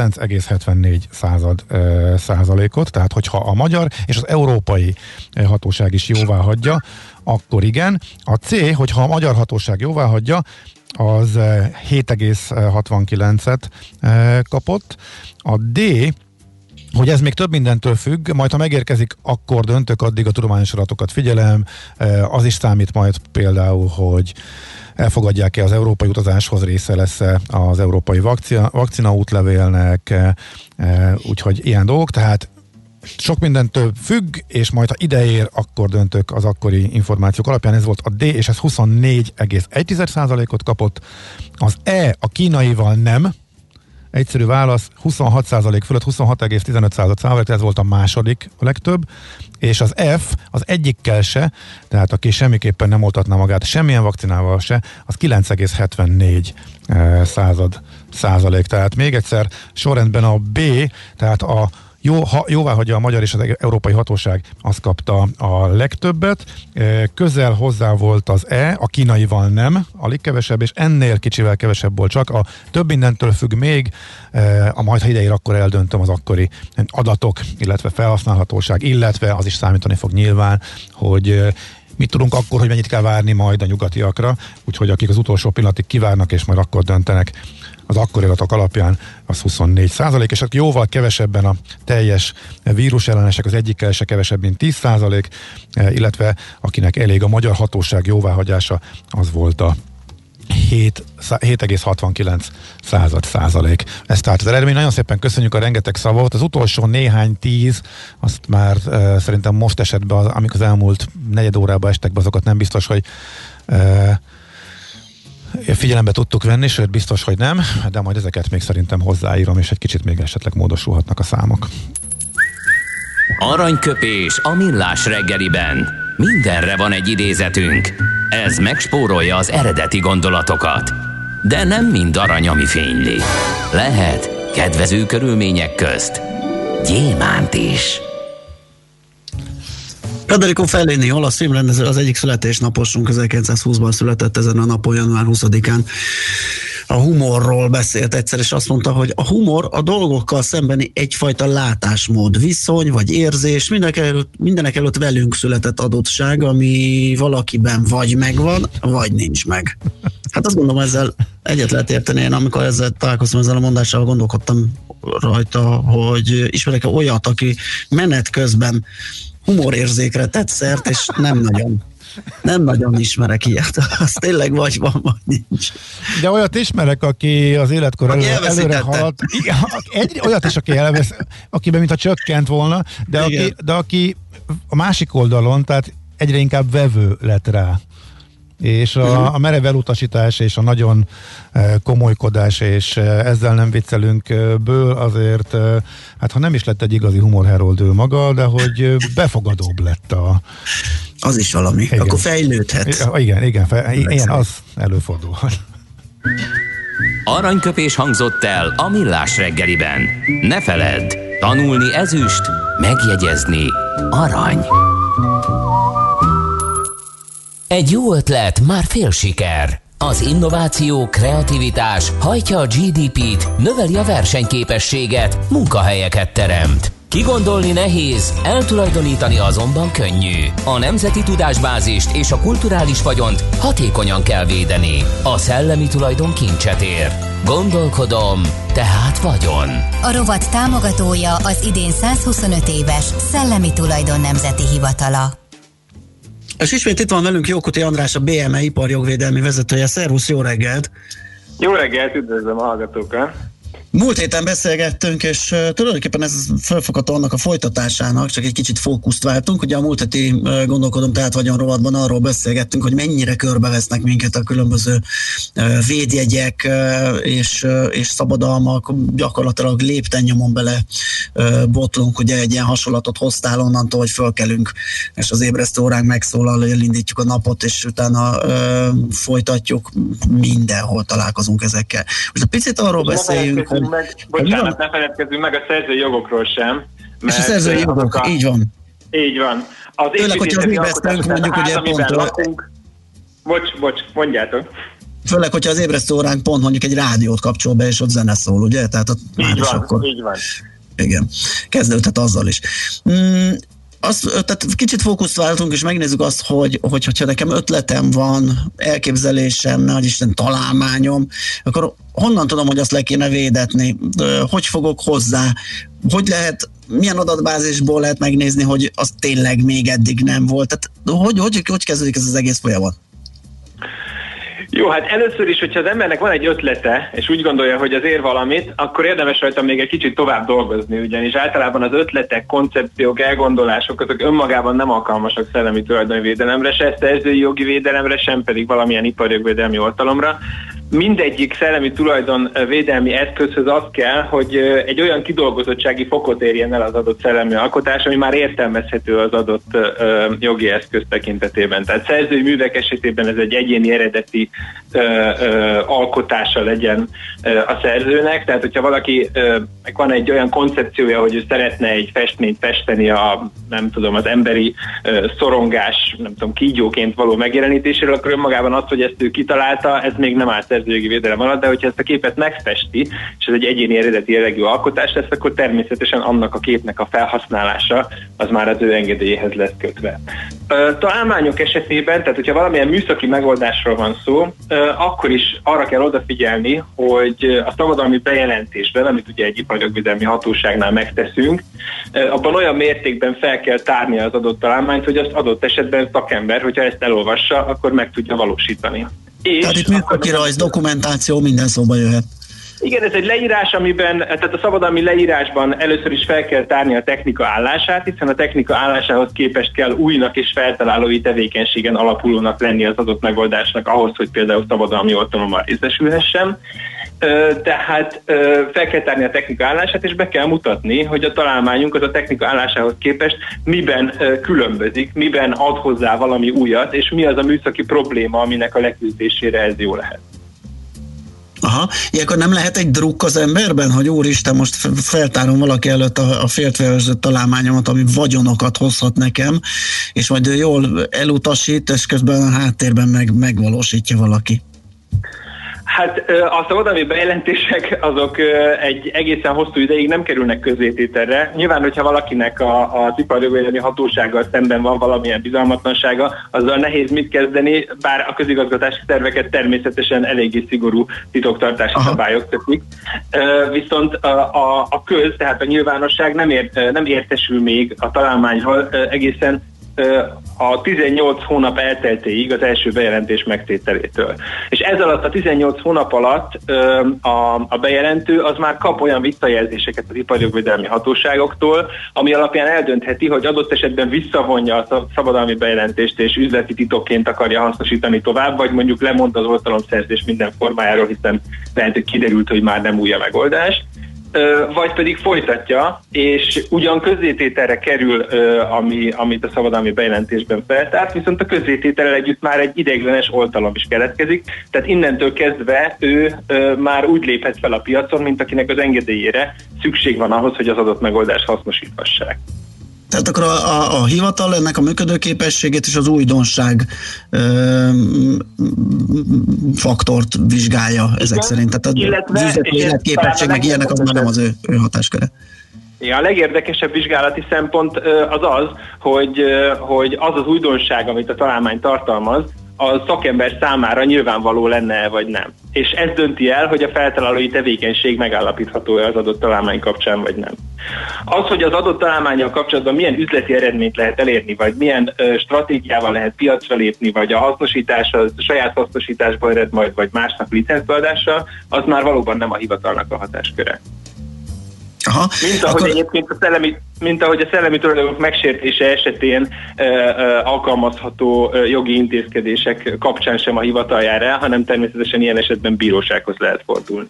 29,74 százalékot, tehát hogyha a magyar és az európai hatóság is jóvá hagyja, akkor igen. A C, hogyha a magyar hatóság jóvá hagyja, az 7,69-et kapott. A D, hogy ez még több mindentől függ, majd ha megérkezik, akkor döntök, addig a tudományos adatokat figyelem, az is számít majd például, hogy elfogadják-e az európai utazáshoz, része lesz-e az európai vakcina útlevélnek, úgyhogy ilyen dolgok, tehát sok mindentől függ, és majd ha ideér, akkor döntök az akkori információk alapján. Ez volt a D, és ez 24,1%-ot kapott. Az E a kínaival nem. Egyszerű válasz, 26% fölött, 26,15%, ez volt a második a legtöbb, és az F az egyikkel se, tehát aki semmiképpen nem oltatna magát semmilyen vakcinával se, az 9,74%. Tehát még egyszer sorrendben a B, tehát a jóvá hagyja a magyar és az európai hatóság, az kapta a legtöbbet. Közel hozzá volt az E, a kínaival nem, alig kevesebb, és ennél kicsivel kevesebb volt csak. A több mindentől függ még, a majd ha ideér, akkor eldöntöm az akkori adatok, illetve felhasználhatóság, illetve az is számítani fog nyilván, hogy mit tudunk akkor, hogy mennyit kell várni majd a nyugatiakra, úgyhogy akik az utolsó pillanatig kivárnak, és majd akkor döntenek, az akkori adatok alapján az 24%, és jóval kevesebben a teljes vírusellenesek, az egyikkel se kevesebb, mint 10%, illetve akinek elég a magyar hatóság jóváhagyása, az volt a 7,69%. Ez tehát az eredmény. Nagyon szépen köszönjük a rengeteg szavot. Az utolsó néhány 10, azt már szerintem most esett be, amik az elmúlt negyed órában estek be, azokat nem biztos, hogy figyelembe tudtuk venni, sőt biztos, hogy nem, de majd ezeket még szerintem hozzáírom, és egy kicsit még esetleg módosulhatnak a számok. Aranyköpés a millás reggeliben. Mindenre van egy idézetünk. Ez megspórolja az eredeti gondolatokat. De nem mind arany, ami fényli. Lehet kedvező körülmények közt gyémánt is. Federico Fellini, olasz filmrendező, az egyik születésnaposunk, 1920-ban született ezen a napon, január 20-án. A humorról beszélt egyszer, és azt mondta, hogy a humor a dolgokkal szembeni egyfajta látásmód, viszony vagy érzés, mindenek előtt velünk született adottság, ami valakiben vagy megvan, vagy nincs meg. Hát azt gondolom, ezzel egyet lehet érteni. Én amikor ezzel találkoztam, ezzel a mondással, gondolkodtam rajta, hogy ismerek-e olyat, aki menet közben humorérzékre tett szert, és nem nagyon ismerek ilyet. Az tényleg vagy van, vagy nincs. De olyat ismerek, aki az életkor előre haladt. Igen, olyat is, akiben mintha csökkent volna, de aki a másik oldalon, tehát egyre inkább vevő lett rá. És a merev elutasítás és a nagyon komolykodás, és ezzel nem viccelünk ből, azért, hát ha nem is lett egy igazi humorherold ő maga, de hogy befogadóbb lett az is valami, igen. Akkor fejlődhet. Igen, az előfordulhat. Aranyköpés hangzott el a millás reggeliben. Ne feledd, tanulni ezüst, megjegyezni arany. Egy jó ötlet, már fél siker. Az innováció, kreativitás hajtja a GDP-t, növeli a versenyképességet, munkahelyeket teremt. Kigondolni nehéz, eltulajdonítani azonban könnyű. A nemzeti tudásbázist és a kulturális vagyont hatékonyan kell védeni. A szellemi tulajdon kincset ér. Gondolkodom, tehát vagyon. A rovat támogatója az idén 125 éves Szellemi Tulajdon Nemzeti Hivatala. És ismét itt van velünk Jókuti András, a BME iparjogvédelmi vezetője. Szervusz, jó reggelt! Jó reggelt, üdvözlöm a hallgatókat! Múlt héten beszélgettünk, és tulajdonképpen ez felfogható annak a folytatásának, csak egy kicsit fókuszt váltunk. Ugye a múlt heti Gondolkodom, tehát vagyon rovatban arról beszélgettünk, hogy mennyire körbevesznek minket a különböző védjegyek és szabadalmak, gyakorlatilag léptennyomon bele botlunk. Ugye egy ilyen hasonlatot hoztál onnantól, hogy fölkelünk, és az ébresztő óránk megszólal, elindítjuk a napot, és utána folytatjuk, mindenhol találkozunk ezekkel. Most egy picit arról beszéljünk, bocsánat, ne feledkezzünk meg a szerzői jogokról sem. És a szerzői jogok, így van. Így van. az Főleg, hogyha az ébresztőnk mondjuk ugye pont... lakunk. Bocs, mondjátok. Főleg, hogyha az ébresztő óránk pont mondjuk egy rádiót kapcsol be, és ott zene szól, ugye? Tehát ott már is akkor... Így van. Igen, kezdődhet azzal is. Tehát kicsit fókuszt váltunk, és megnézzük azt, hogyha nekem ötletem van, elképzelésem, nagy Isten találmányom, akkor honnan tudom, hogy azt le kéne védetni? Hogy fogok hozzá? Hogy lehet, milyen adatbázisból lehet megnézni, hogy az tényleg még eddig nem volt? Tehát hogy kezdődik ez az egész folyamat? Jó, hát először is, hogyha az embernek van egy ötlete, és úgy gondolja, hogy az ér valamit, akkor érdemes rajta még egy kicsit tovább dolgozni, ugyanis általában az ötletek, koncepciók, elgondolások, azok önmagában nem alkalmasak szellemi tulajdoni védelemre, se szerzői jogi védelemre, sem pedig valamilyen iparjogvédelmi oltalomra. Mindegyik szellemi tulajdonvédelmi eszközhöz az kell, hogy egy olyan kidolgozottsági fokot érjen el az adott szellemi alkotás, ami már értelmezhető az adott jogi eszköz tekintetében. Tehát szerzői művek esetében ez egy egyéni eredeti alkotása legyen a szerzőnek, tehát hogyha valaki van egy olyan koncepciója, hogy ő szeretne egy festményt festeni az emberi szorongás, kígyóként való megjelenítéséről, akkor önmagában az, hogy ezt ő kitalálta, ez még nem áll szerzőjogi védelem alatt, de hogyha ezt a képet megfesti, és ez egy egyéni eredeti jellegű alkotás lesz, akkor természetesen annak a képnek a felhasználása az már az ő engedélyéhez lesz kötve. Találmányok esetében, tehát hogyha valamilyen műszaki megoldásról van szó, akkor is arra kell odafigyelni, hogy a szabadalmi bejelentésben, amit ugye egy iparjogvédelmi hatóságnál megteszünk, abban olyan mértékben fel kell tárni az adott találmányt, hogy azt adott esetben szakember, hogyha ezt elolvassa, akkor meg tudja valósítani. Tehát itt műszaki rajz, dokumentáció, minden szóba jöhet. Igen, ez egy leírás, tehát a szabadalmi leírásban először is fel kell tárni a technika állását, hiszen a technika állásához képest kell újnak és feltalálói tevékenységen alapulónak lenni az adott megoldásnak ahhoz, hogy például szabadalmi oltalommal részesülhessen. Tehát fel kell tárni a technika állását, és be kell mutatni, hogy a találmányunk az a technika állásához képest miben különbözik, miben ad hozzá valami újat, és mi az a műszaki probléma, aminek a leküzdésére ez jó lehet. Aha, ilyenkor nem lehet egy drukk az emberben, hogy úristen, most feltárom valaki előtt a féltvevezett találmányomat, ami vagyonokat hozhat nekem, és majd ő jól elutasít, és közben a háttérben megvalósítja valaki. Hát a szabadalmi bejelentések azok egy egészen hosszú ideig nem kerülnek közzétételre. Nyilván, hogyha valakinek az iparjogvédelmi hatósággal szemben van valamilyen bizalmatlansága, azzal nehéz mit kezdeni, bár a közigazgatási szerveket természetesen eléggé szigorú titoktartási szabályok kötik. Viszont a köz, tehát a nyilvánosság nem értesül még a találmányról egészen a 18 hónap elteltéig az első bejelentés megtételétől. És ez alatt a 18 hónap alatt a bejelentő az már kap olyan visszajelzéseket az iparjogvédelmi hatóságoktól, ami alapján eldöntheti, hogy adott esetben visszavonja a szabadalmi bejelentést és üzleti titokként akarja hasznosítani tovább, vagy mondjuk lemond az oltalomszerzés minden formájáról, hiszen lehet, hogy kiderült, hogy már nem új a megoldás. Vagy pedig folytatja, és ugyan közzétételre kerül, amit a szabadalmi bejelentésben feltárt, viszont a közzététellel együtt már egy ideiglenes oltalom is keletkezik, tehát innentől kezdve ő már úgy léphet fel a piacon, mint akinek az engedélyére szükség van ahhoz, hogy az adott megoldást hasznosíthassák. Tehát akkor a hivatal ennek a működőképességét és az újdonság faktort vizsgálja ezek szerint. Tehát az üzleti életképesség meg ilyenek az már nem az ő hatásköre. Ja, a legérdekesebb vizsgálati szempont az, hogy az újdonság, amit a találmány tartalmaz, a szakember számára nyilvánvaló lenne vagy nem. És ez dönti el, hogy a feltalálói tevékenység megállapítható-e az adott találmány kapcsán, vagy nem. Az, hogy az adott találmánnyal kapcsolatban milyen üzleti eredményt lehet elérni, vagy milyen stratégiával lehet piacra lépni, vagy a hasznosítás, a saját hasznosításba ered majd, vagy másnak licencbeadással, az már valóban nem a hivatalnak a hatásköre. Aha, mint ahogy a szellemi tulajdonok megsértése esetén alkalmazható jogi intézkedések kapcsán sem a hivatal jár el, hanem természetesen ilyen esetben bírósághoz lehet fordulni.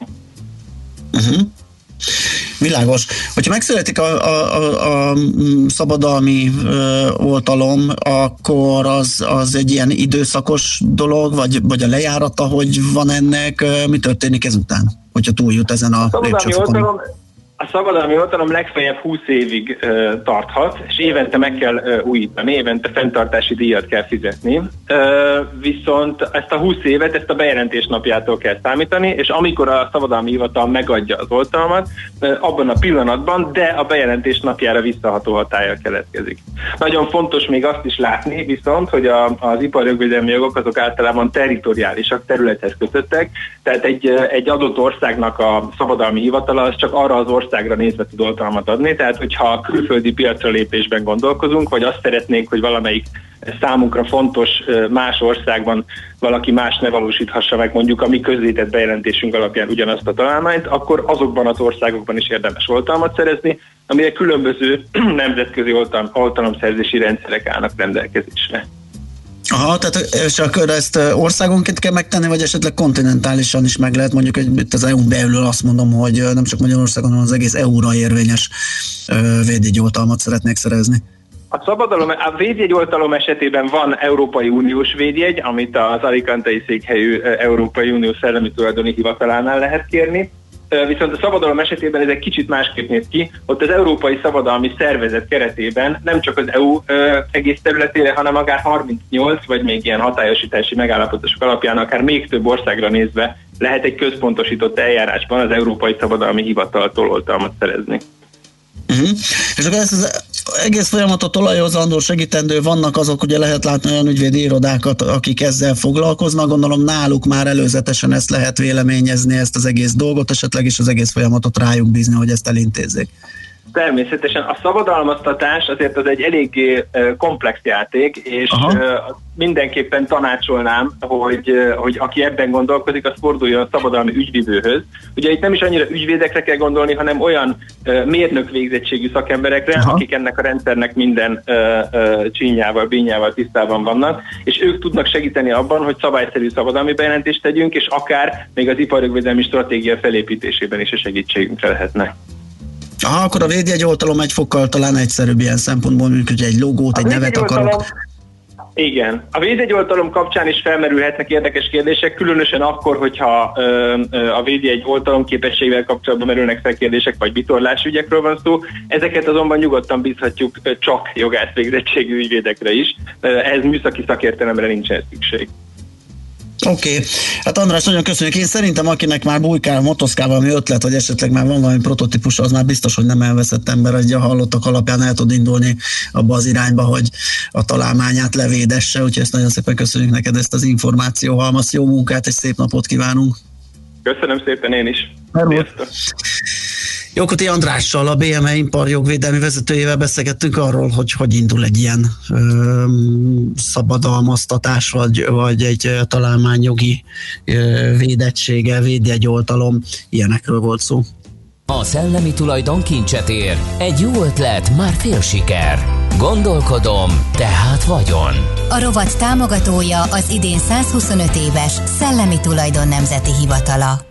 Világos. Hogyha megszületik a szabadalmi oltalom, akkor az egy ilyen időszakos dolog, vagy a lejárata, hogy van ennek, mi történik ezután, hogyha túljut ezen a lépcsőfokon? A szabadalmi hivatalom legfeljebb 20 évig tarthat, és évente meg kell újítani, évente fenntartási díjat kell fizetni. Viszont ezt a 20 évet, ezt a bejelentés napjától kell számítani, és amikor a szabadalmi hivatal megadja az oltalmat, abban a pillanatban, de a bejelentés napjára visszaható hatállyal keletkezik. Nagyon fontos még azt is látni viszont, hogy az iparjogvédelmi jogok azok általában territoriálisak, területhez kötöttek, tehát egy adott országnak a szabadalmi hivatala az csak arra az országra nézve tud oltalmat adni, tehát hogyha a külföldi piacra lépésben gondolkozunk, vagy azt szeretnénk, hogy valamelyik számunkra fontos más országban valaki más ne valósíthassa meg mondjuk a mi közzétett bejelentésünk alapján ugyanazt a találmányt, akkor azokban az országokban is érdemes oltalmat szerezni, amire különböző nemzetközi oltalomszerzési rendszerek állnak rendelkezésre. Aha, tehát és akkor ezt országonként kell megtenni, vagy esetleg kontinentálisan is meg lehet, mondjuk itt az EU-n belül azt mondom, hogy nem csak Magyarországon, hanem az egész EU-ra érvényes védjegyoltalmat szeretnék szerezni. A védjegyoltalom esetében van Európai Uniós védjegy, amit az Alicantei székhelyű Európai Unió Szellemi Tulajdoni Hivatalánál lehet kérni. Viszont a szabadalom esetében ez egy kicsit másképp néz ki. Ott az Európai Szabadalmi Szervezet keretében nem csak az EU egész területére, hanem akár 38 vagy még ilyen hatályosítási megállapodások alapján akár még több országra nézve lehet egy központosított eljárásban az Európai Szabadalmi Hivataltól oltalmat szerezni. És akkor ezt az egész folyamatot olajozandó, segítendő, vannak azok, ugye lehet látni olyan ügyvédi irodákat, akik ezzel foglalkoznak, gondolom náluk már előzetesen ezt lehet véleményezni, ezt az egész dolgot, esetleg is az egész folyamatot rájuk bízni, hogy ezt elintézzék. Természetesen a szabadalmaztatás azért az egy eléggé komplex játék, és mindenképpen tanácsolnám, hogy aki ebben gondolkozik, az forduljon a szabadalmi ügyvivőhöz. Ugye itt nem is annyira ügyvédekre kell gondolni, hanem olyan mérnök végzettségű szakemberekre, akik ennek a rendszernek minden csínyával, bínyával tisztában vannak, és ők tudnak segíteni abban, hogy szabályszerű szabadalmi bejelentést tegyünk, és akár még az iparjogvédelmi stratégia felépítésében is a segítségünkre lehetnek. Aha, akkor a védjegyoltalom egy fokkal talán egyszerűbb ilyen szempontból, mondjuk, hogy egy logót, egy nevet akarok. Igen. A védjegyoltalom kapcsán is felmerülhetnek érdekes kérdések, különösen akkor, hogyha a védjegyoltalom képességével kapcsolatban merülnek fel kérdések, vagy vitorlásügyekről van szó. Ezeket azonban nyugodtan bízhatjuk csak jogász végzettségű ügyvédekre is. Ehhez műszaki szakértelemre nincsen szükség. Oké. Hát András, nagyon köszönjük. Én szerintem akinek már bujkál, motoszkál valami ötlet, vagy esetleg már van valami prototípusa, az már biztos, hogy nem elveszett ember, hogy a hallottak alapján el tud indulni abba az irányba, hogy a találmányát levédesse, úgyhogy ezt nagyon szépen köszönjük neked, ezt az információhalmazt, jó munkát és szép napot kívánunk. Köszönöm szépen én is. Jókoti Andrással, a BME iparjogvédelmi vezetőjével beszélgettünk arról, hogy indul egy ilyen szabadalmaztatás, vagy egy találmányjogi védettsége, védjegyoltalom, ilyenekről volt szó. A szellemi tulajdon kincset ér. Egy jó ötlet, már fél siker. Gondolkodom, tehát vagyon. A rovat támogatója az idén 125 éves Szellemi Tulajdon Nemzeti Hivatala.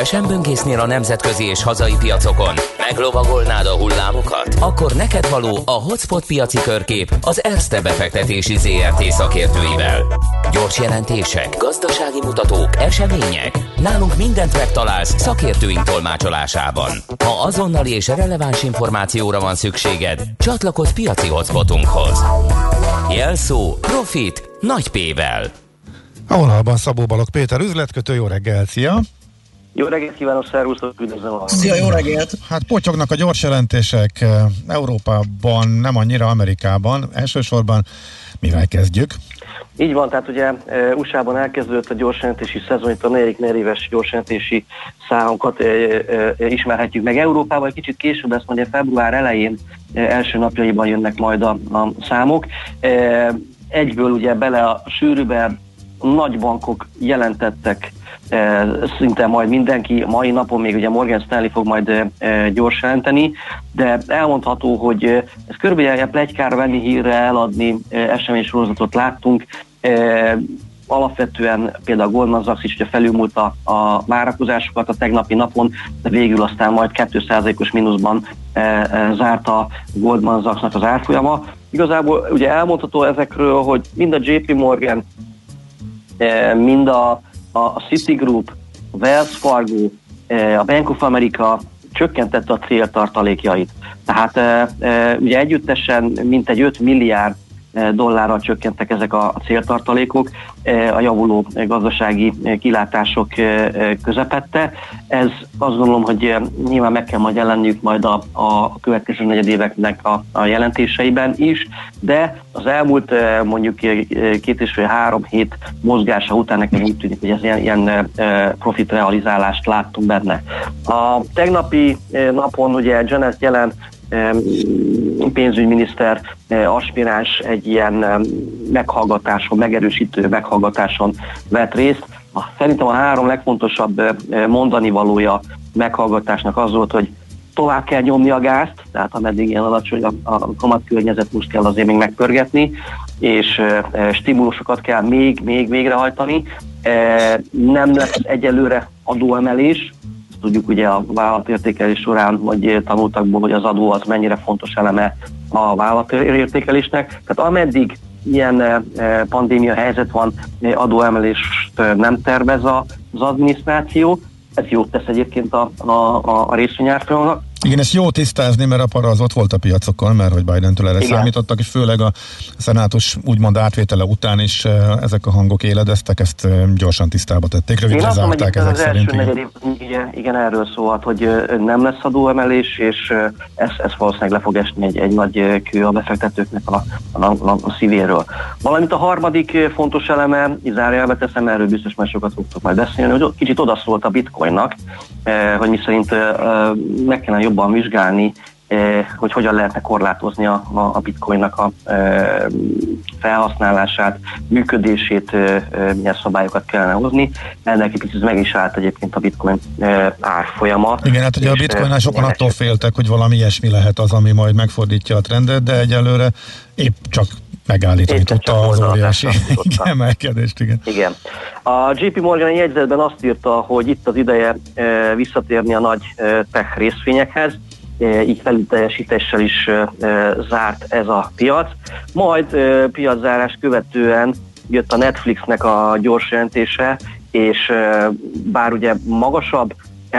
Szívesen böngésznél a nemzetközi és hazai piacokon? Meglovagolnád a hullámokat? Akkor neked való a Hotspot piaci körkép az Erste befektetési ZRT szakértőivel. Gyors jelentések, gazdasági mutatók, események. Nálunk mindent megtalálsz szakértőink tolmácsolásában. Ha azonnali és releváns információra van szükséged, csatlakozz piaci hotspotunkhoz. Jelszó Profit nagy P-vel. A vonalban Szabó Balogh Péter üzletkötő, jó reggel, szia! Jó reggelt kívánok, szervusztok, üdvözlöm a... Szia, jó reggelt! Hát potyognak a gyors jelentések Európában, nem annyira Amerikában. Elsősorban mivel kezdjük? Így van, tehát ugye USA-ban elkezdődött a gyorsjelentési szezon, itt a 4. éves gyorsjelentési számokat ismerhetjük meg. Európában egy kicsit később lesz, majd február elején első napjaiban jönnek majd a számok. Egyből ugye bele a sűrűbe nagy bankok jelentettek szinte majd mindenki, mai napon még ugye Morgan Stanley fog majd gyors jelenteni, de elmondható, hogy ez körülbelül ilyen pletykára venni, hírre eladni eseménysorozatot láttunk. Alapvetően például a Goldman Sachs is ugye felülmúlt a várakozásokat a tegnapi napon, de végül aztán majd 2%-os mínuszban zárt a Goldman Sachsnak az árfolyama. Igazából ugye elmondható ezekről, hogy mind a JP Morgan, mind a Citigroup, a Wells Fargo, a Bank of America csökkentette a céltartalékjait. Tehát ugye együttesen mintegy 5 milliárd dollárral csökkentek ezek a céltartalékok a javuló gazdasági kilátások közepette. Ez azt gondolom, hogy nyilván meg kell majd jelenniük majd a következő negyedéveknek a jelentéseiben is, de az elmúlt mondjuk 2,5-3 hét mozgása után nekem úgy tűnik, hogy ez ilyen profit realizálást láttunk benne. A tegnapi napon ugye Janet Yellen pénzügyminiszter aspiráns egy ilyen meghallgatáson, megerősítő meghallgatáson vett részt. Szerintem a 3 legfontosabb mondani valója meghallgatásnak az volt, hogy tovább kell nyomni a gázt, tehát ameddig ilyen alacsony a kamatkörnyezet, most kell azért még megpörgetni, és stimulusokat kell még végrehajtani. Nem lesz egyelőre adóemelés. Tudjuk ugye a vállalatértékelés során, hogy tanultakból, hogy az adó az mennyire fontos eleme a vállalatértékelésnek. Tehát ameddig ilyen pandémia helyzet van, adóemelést nem tervez az adminisztráció. Ez jót tesz egyébként a részvényárfolyamnak. Igen, ezt jó tisztázni, mert a para az ott volt a piacokon, mert hogy Bidentől erre számítottak, és főleg a szenátus úgymond átvétele után is ezek a hangok éledeztek, ezt gyorsan tisztába tették, rövidre zárták ezek szerint. Igen, erről szólt, hogy nem lesz adóemelés, és ez valószínűleg le fog esni egy nagy kő a befektetőknek a szívéről. Valamint a harmadik fontos eleme, zárójelbe teszem, erről biztos már sokat fogtok majd beszélni, hogy kicsit odaszólt a bitcoinnak, hogy miszerint meg kellene jobban vizsgálni, hogy hogyan lehetne korlátozni a bitcoinnak a felhasználását, működését, milyen szabályokat kellene hozni. Ennek egy picit meg is állt egyébként a bitcoin árfolyama. Igen, hát ugye a bitcoinnál sokan attól féltek, hogy valami ilyesmi lehet az, ami majd megfordítja a trendet, de egyelőre épp csak megállítani tudta az óriási emelkedést. Igen. A JP Morgan jegyzetben azt írta, hogy itt az ideje visszatérni a nagy tech részvényekhez, így felülteljesítéssel is zárt ez a piac. Majd piaczárás követően jött a Netflixnek a gyors jelentése, és bár ugye magasabb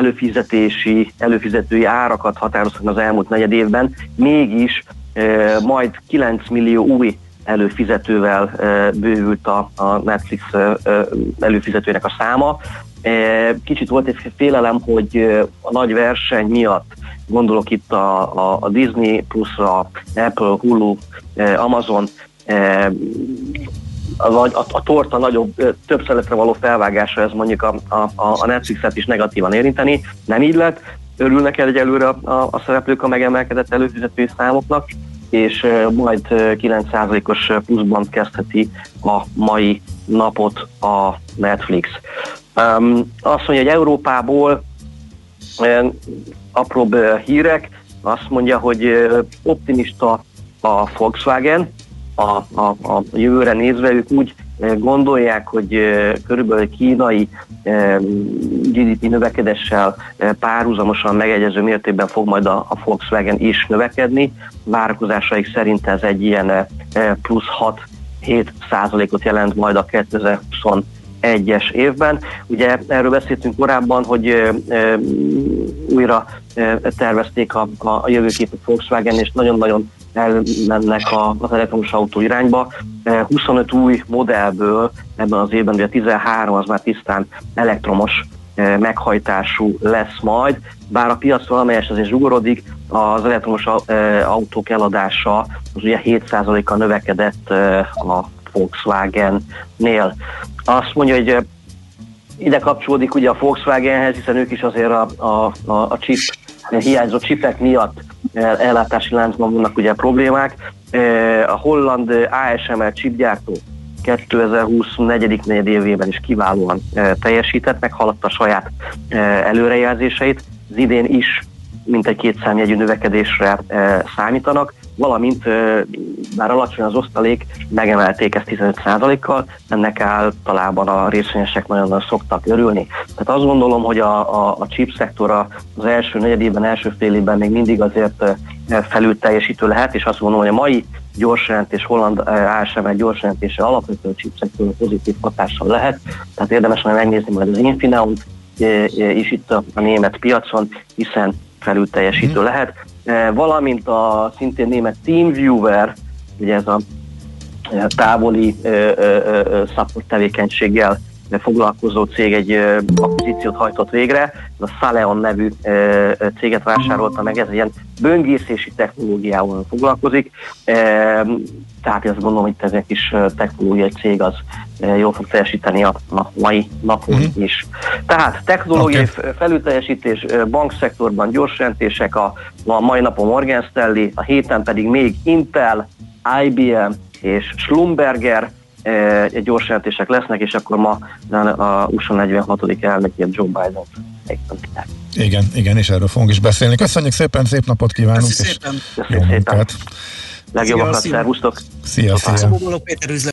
előfizetői árakat határoztak az elmúlt negyed évben, mégis majd 9 millió új előfizetővel bővült a Netflix előfizetőnek a száma. Kicsit volt egy félelem, hogy a nagy verseny miatt, gondolok itt a Disney plusz a Apple, Hulu, Amazon, a torta nagyobb, több szelepre való felvágása, ez mondjuk a Netflixet is negatívan érinteni. Nem így lett, örülnek el egyelőre a szereplők a megemelkedett előfizetői számoknak, és majd 9%-os pluszban kezdheti a mai napot a Netflix. Azt mondja, hogy Európából apróbb hírek, azt mondja, hogy optimista a Volkswagen, a jövőre nézve ők úgy gondolják, hogy körülbelül kínai GDP növekedéssel párhuzamosan megegyező mértékben fog majd a Volkswagen is növekedni. Várakozásaik szerint ez egy ilyen plusz 6-7% jelent majd a 2021-es évben. Ugye erről beszéltünk korábban, hogy újra tervezték a jövőképet Volkswagen, és nagyon-nagyon elmennek az elektromos autó irányba. 25 új modellből ebben az évben, ugye 13 az már tisztán elektromos meghajtású lesz majd, bár a piac valamelyest azért zsugorodik, az elektromos autók eladása az ugye 7%-kal növekedett a Volkswagen-nél. Azt mondja, hogy ide kapcsolódik ugye a Volkswagenhez, hiszen ők is azért a hiányzó csipek miatt ellátási láncban vannak ugye problémák. A holland ASML chipgyártó 2020 negyedik negyedévében is kiválóan teljesített, meghaladta a saját előrejelzéseit. Az idén is mintegy 2 számjegyű növekedésre számítanak, valamint bár alacsony az osztalék, megemelték ezt 15%-kal, ennek általában a részvényesek nagyon szoktak örülni. Tehát azt gondolom, hogy a chip szektora az első negyedében, első fél évben még mindig azért felül teljesítő lehet, és azt gondolom, hogy a mai gyorsjelentés, holland ASML gyorsjelentése alapvetően a chip szektor pozitív hatással lehet, tehát érdemes majd megnézni majd az Infineon is itt a német piacon, hiszen felül teljesítő lehet. Valamint a szintén német TeamViewer, ugye ez a távoli support tevékenységgel foglalkozó cég egy akvizíciót hajtott végre, ez a Saleon nevű céget vásárolta meg, ez egy ilyen böngészési technológiával foglalkozik, tehát azt gondolom, hogy ez egy kis technológiai cég az jól fog teljesíteni a mai napon is. Tehát technológiai felülteljesítés, bankszektorban gyors jelentések, a mai napon Morgan Stanley, a héten pedig még Intel, IBM és Schlumberger gyors jelentések lesznek, és akkor ma a USA 46. elnökét Joe Biden. Igen, és erről fogunk is beszélni. Köszönjük szépen, szép napot kívánunk, Köszönjük és jó munkát! Legjobbakat, szervusztok! Szia!